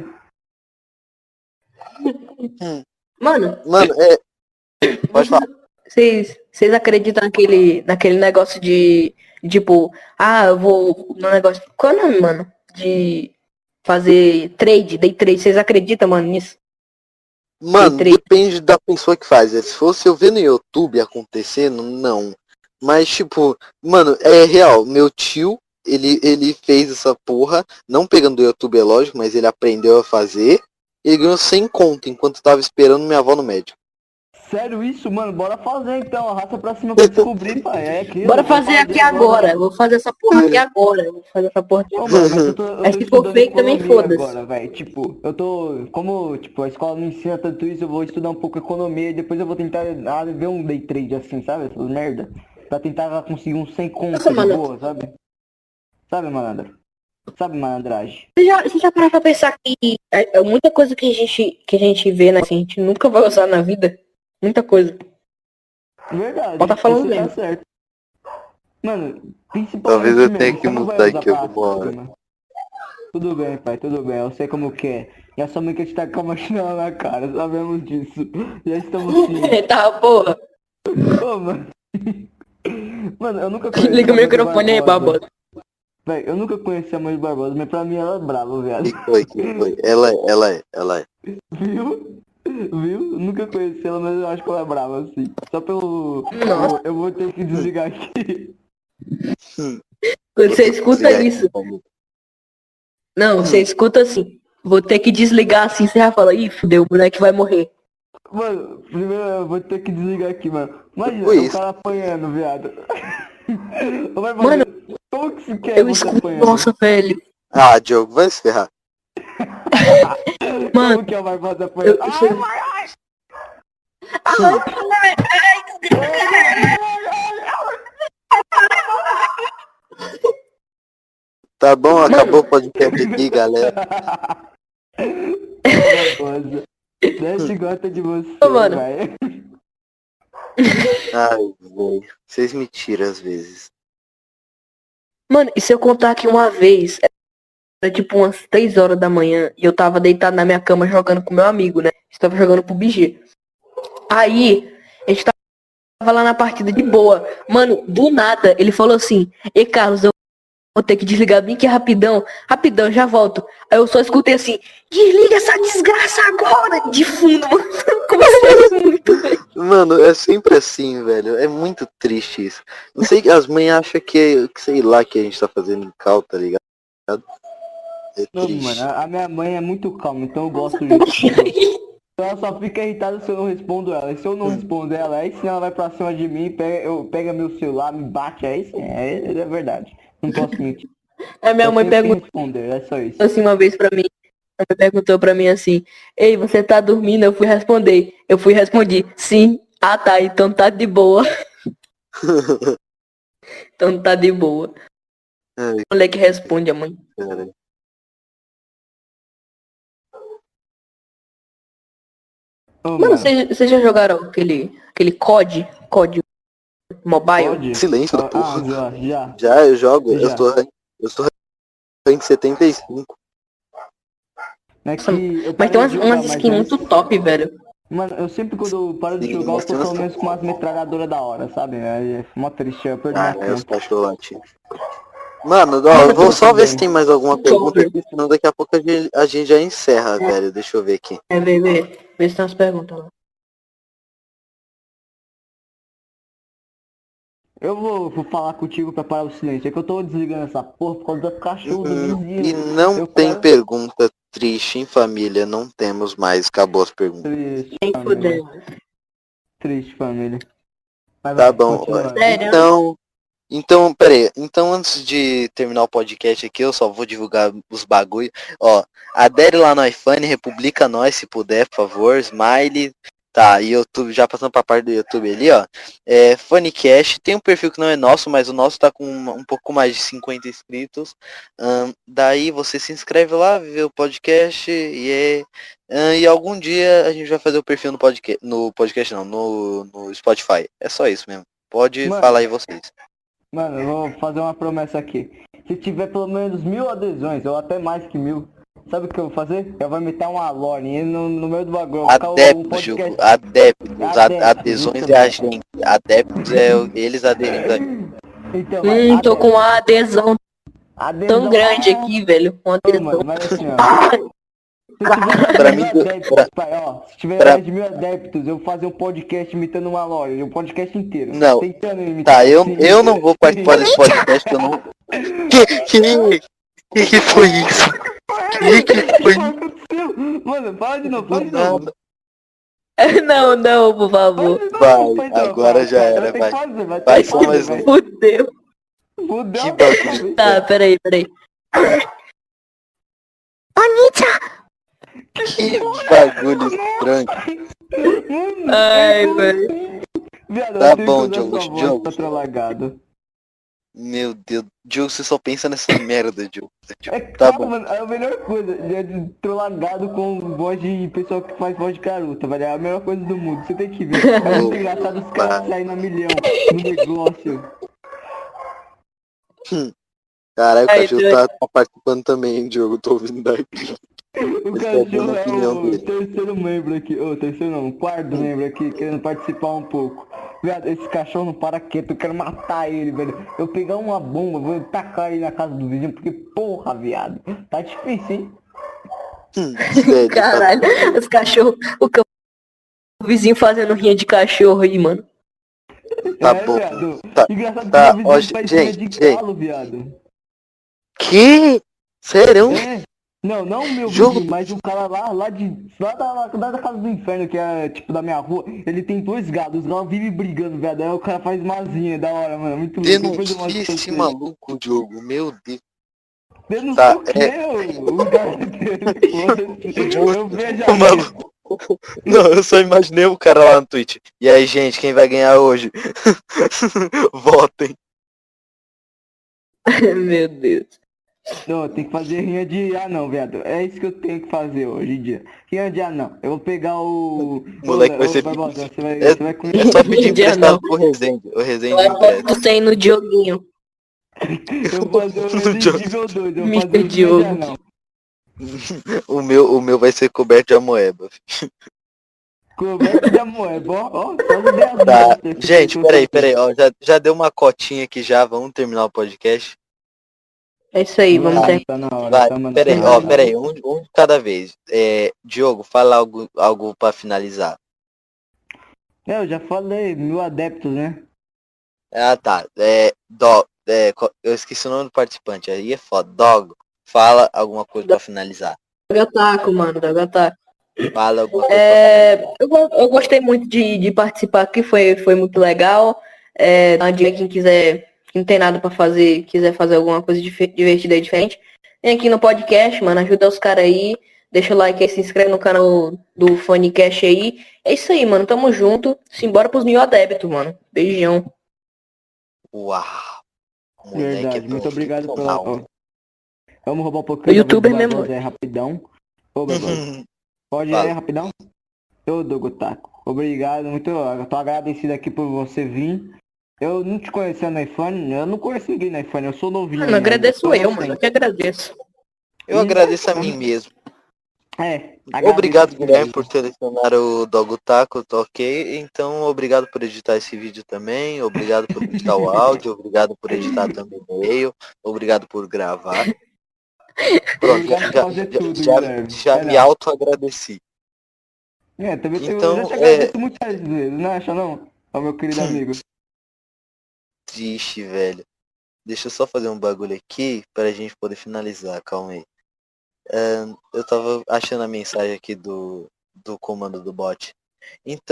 Mano, Mano, é. Pode falar. vocês, vocês acreditam naquele, naquele negócio de, tipo, ah, eu vou no negócio. Qual é o nome, mano? De fazer trade, day trade. Vocês acreditam, mano, nisso? Mano, Day trade. depende da pessoa que faz. Se fosse eu ver no YouTube acontecendo, não. Mas, tipo, mano, é real. Meu tio, ele, ele fez essa porra, não pegando do YouTube, é lógico, mas ele aprendeu a fazer. Ele ganhou cem conto enquanto tava esperando minha avó no médico. Sério isso, mano? Bora fazer então, arrasta pra cima pra descobrir, pai. É aquilo, Bora eu vou fazer aqui agora. Eu vou fazer essa porra aqui agora. Eu vou fazer essa porra aqui Ô, agora. mano, mas eu tô, eu Mas tô se for estudando fake também economia foda-se. agora, velho. Tipo, eu tô. Como, tipo, a escola não ensina tanto isso, eu vou estudar um pouco economia e depois eu vou tentar ah, ver um day trade assim, sabe? Essas merda. Pra tentar conseguir um sem conta Nossa, de mano. boa, sabe? Sabe, malandro? Sabe, malandragem? Você já, você já parou pra pensar que é, é muita coisa que a gente, que a gente vê, né? Assim, a gente nunca vai usar na vida. Muita coisa. Verdade. Pode tá falando Você tá mesmo. certo. Mano, principalmente Talvez eu mesmo, tenha que você não vai mudar usar aqui pra alguma hora. cima. Tudo bem, pai, tudo bem, eu sei como que é. E a sua mãe quer te tacar uma chinela na cara, sabemos disso. Já estamos sim. Tá, porra. Ô, mano. Mano, eu nunca conheci Liga a o mãe do microfone aí, Barbosa. Barbosa. Véi, eu nunca conheci a mãe do Barbosa, mas pra mim ela é brava, viado. Que foi, que foi? Ela é, ela é, ela é. Viu? Viu? Eu nunca conheci ela, mas eu acho que ela é brava, assim. Só pelo... Nossa. Eu, eu vou ter que desligar aqui. Quando você escuta Desligar isso. aqui. Não, você escuta assim. Vou ter que desligar assim, você já fala, ih, fudeu, o moleque vai morrer. Mano, primeiro eu vou ter que desligar aqui, mano. Imagina, Foi o isso. cara apanhando, viado. Vai fazer... Mano, Como que se quer eu você escuto. apanhando? Nossa, velho. Ah, Diogo, vai se ferrar. Mano, Como que é o Barbosa eu, apanhando? eu Ai, sou- ai, ai! Tá bom, Mano. acabou o podcast aqui, galera. Ô, Barbosa. Dante gosta de você, Ô, mano. velho. Ai, velho. Vocês me tiram às vezes. Mano, e se eu contar que uma vez, era tipo umas três horas da manhã, e eu tava deitado na minha cama jogando com meu amigo, né? Estava jogando pro B G. Aí, a gente tava lá na partida de boa. Mano, do nada, ele falou assim, Ei, Carlos, eu vou ter que desligar bem que rapidão. Rapidão, já volto. Aí eu só escutei assim, desliga essa desgraça agora! De fundo, mano. Comecei muito, velho. Mano, é sempre assim, velho. É muito triste isso. Não sei, as mães acham que, que sei lá, que a gente tá fazendo em cal, tá ligado? É Não, triste. mano, a a minha mãe é muito calma, então eu gosto disso. Então ela só fica irritada se eu não respondo ela. E se eu não responder ela, aí sim ela vai pra cima de mim, pega, eu, pega meu celular, me bate, aí sim, é, é verdade. Não posso mentir. Aí minha Eu mãe tenho que perguntou responder, é só isso. assim uma vez pra mim. Ela perguntou pra mim assim, Ei, você tá dormindo? Eu fui responder. Eu fui responder, sim. Ah tá, então tá de boa. Então tá de boa. Ai, O moleque responde a mãe. cara. Ô, Mano, mano, vocês vocês já jogaram aquele, aquele C O D? C O D Mobile? pode? Silêncio da Ah, porra. já, já. Já, eu jogo. Já. Eu tô rank- eu tô rank setenta e cinco. É que eu Mas parei tem umas, de umas jogar, mas skins antes- muito top, velho. Mano, eu sempre quando eu paro de Sim, jogar, eu mas tô tem pelo umas- menos com umas metralhadoras da hora, sabe? Aí é mó triste, eu perdi Ah, minha é os conta. cachorros latindo. Mano, ó, eu vou só ver se tem mais alguma pergunta Chopper. aqui, senão daqui a pouco a gente, a gente já encerra, velho. Deixa eu ver aqui. É, vê, vê. Vê se tem umas perguntas lá. Eu vou, vou falar contigo pra parar o silêncio. É que eu tô desligando essa porra por causa do cachorro do Hum, vizinho. E não Eu tem quero- pergunta triste em família, não temos mais. Acabou as perguntas. Triste, Nem família. fudendo. Triste, família. Mas Tá vai, bom. continua. Sério? Então, Então, peraí, então antes de terminar o podcast aqui, eu só vou divulgar os bagulho. Ó, adere lá no iPhone, republica nós se puder, por favor, Smile. Tá, e YouTube, já passando pra parte do YouTube ali, ó. É, Funnycast, tem um perfil que não é nosso, mas o nosso tá com um, um pouco mais de cinquenta inscritos. Ahn, daí você se inscreve lá, vê o podcast e é. ahn, e algum dia a gente vai fazer o perfil no podcast, no podcast não, no, no Spotify. É só isso mesmo. Pode Mano. falar aí vocês. Mano, eu vou fazer uma promessa aqui. Se tiver pelo menos mil adesões, ou até mais que mil, sabe o que eu vou fazer? Eu vou imitar um Alone no, no meio do bagulho. eu vou colocar o- um Adeptos, Diogo, adeptos, a- Adeptos, adesões muito é a bom. gente. Adeptos é o- eles aderindo a gente. Então, Hum, tô adeptos. com uma adesão Adesão- tão grande Ah, aqui, velho. Uma Ô, adesão. mano, mas assim, ó. Se tiver Pra mil mim, adeptos, pra- pai, ó, se tiver pra- mais de mil adeptos, eu vou fazer um podcast imitando uma loja, um podcast inteiro. Não. Tentando imitar. Tá, eu, Sim. eu não vou participar desse podcast, que eu não. Que que, que, que foi isso? Que que foi O que aconteceu? Mano, fala de novo, fala de Não, novo. Não, não, por favor. Fala de novo, Vai, pai, então, agora vai, já vai, era, tem vai. que fazer, vai ter Vai, que só fazer, mais vai. um. Fudeu. Fudeu, Que vai. bagulho. Tá, peraí, peraí. Que bagulho estranho. Mano, Ai, eu- velho. Viado, Tá eu tenho que bom, usar Diogo, sua voz Diogo. pra trolagado. Meu Deus, Diogo, você só pensa nessa merda, Diogo. É Tá claro, bom. mano, é a melhor coisa. É de trolagado com voz de pessoal que faz voz de garoto, velho. É a melhor coisa do mundo. Você tem que ver. É muito engraçado os caras saírem na milhão no negócio. Caralho, o Ai, cachorro doido. tá, tá participando também, hein, Diogo. Tô ouvindo daqui. O Estou dando cachorro a é opinião o dele. terceiro membro aqui. Ô, terceiro não, o quarto membro aqui, querendo participar um pouco. Viado, esse cachorro não para quieto, eu quero matar ele, velho. Eu pegar uma bomba, vou tacar ele na casa do vizinho, porque porra, viado. Tá difícil, hein? Hum, sério, tá- Caralho, os cachorros. O, ca- o vizinho fazendo rinha de cachorro aí, mano. Tá é, bom. viado. Tá, Engraçado tá, que o ó, vizinho faz rinha gente, de gente. galo, viado. Que? Sério? É. Não, não o meu Jogo- vizinho, mas um cara lá, lá de. Lá da, lá da casa do inferno, que é tipo da minha rua, ele tem dois gados, os galos vivem brigando, velho. Aí o cara faz mazinha, da hora, mano. Muito louco. Depois eu mostro Denuncia pra esse vocês. maluco, Diogo. Meu Deus. Denuncia Tá, o quê, ô? O cara foda-se. Eu vejo a O maluco. Não, eu só imaginei o cara lá no Twitch. E aí, gente, quem vai ganhar hoje? Votem. Meu Deus. Não, tem que fazer rinha de anão, viado. É isso que eu tenho que fazer hoje em dia. Rinha de anão. Eu vou pegar o. Moleque Ô, vai ô, ser Barbosa, você vai, É, você vai com é só pedir Dia emprestado não. pro Resende. O Resende Eu empresta. aposto sem no Dioguinho. Eu vou fazer o Resident Evil dois, eu vou fazer mister o rinha de Diogo. anão. O meu, o meu vai ser coberto de amoeba. Coberto de amoeba, ó, ó, só não dei as Tá, dicas que gente, eu peraí, tô- peraí, ó, já, já deu uma cotinha aqui já, vamos terminar o podcast. É isso aí, vamos Vai, ter. tá na hora, Vai, tá, mano. peraí, Tá ó, na peraí, um, um de cada vez. É, Diogo, fala algo, algo pra finalizar. É, eu já falei, mil adeptos, né? Ah, tá, é, Dog, é, co- eu esqueci o nome do participante, aí é foda, Dog, fala alguma coisa pra finalizar. Gataco, mano, da Gataco. Fala alguma coisa É, eu, go- eu gostei muito de, de participar aqui, foi, foi muito legal. É, dá uma dica quem quiser, quem não tem nada pra fazer, quiser fazer alguma coisa dif- divertida e diferente, vem aqui no podcast, mano, ajuda os caras aí, deixa o like aí, se inscreve no canal do Funnycast aí. É isso aí, mano, tamo junto. Simbora pros mil adeptos, mano. Beijão. pra... Uau, moleque Verdade, é muito obrigado pela. profissional. ó. Vamos roubar um pouquinho O youtuber da voz do mesmo. Barbosa, é rapidão. Ô, Barbosa, pode ir Fala. aí, rapidão? Ô, Dogo Taco, obrigado, muito. Eu tô agradecido aqui por você vir. Eu não te conhecia no iPhone, eu não conheço ninguém no iPhone, eu sou novinho. Mano, ainda, agradeço sou eu, mano, eu inocente. que agradeço. Eu agradeço a mim mesmo. É, Obrigado, agradeço Guilherme, mesmo. por selecionar o Dogo Taco, tá ok? Então, obrigado por editar esse vídeo também, obrigado por editar o áudio, obrigado por editar também o e-mail, obrigado por gravar. Pronto, já, Obrigado por já, fazer já, tudo, já, Guilherme. já É, me não. auto-agradeci. É, também tem- Então, eu já te é- agradeço muitas vezes, não acha não? Ó, meu querido amigo. Triste, velho. Deixa eu só fazer um bagulho aqui pra gente poder finalizar, calma aí. Ahn, eu tava achando a mensagem aqui do, do comando do bot. Então,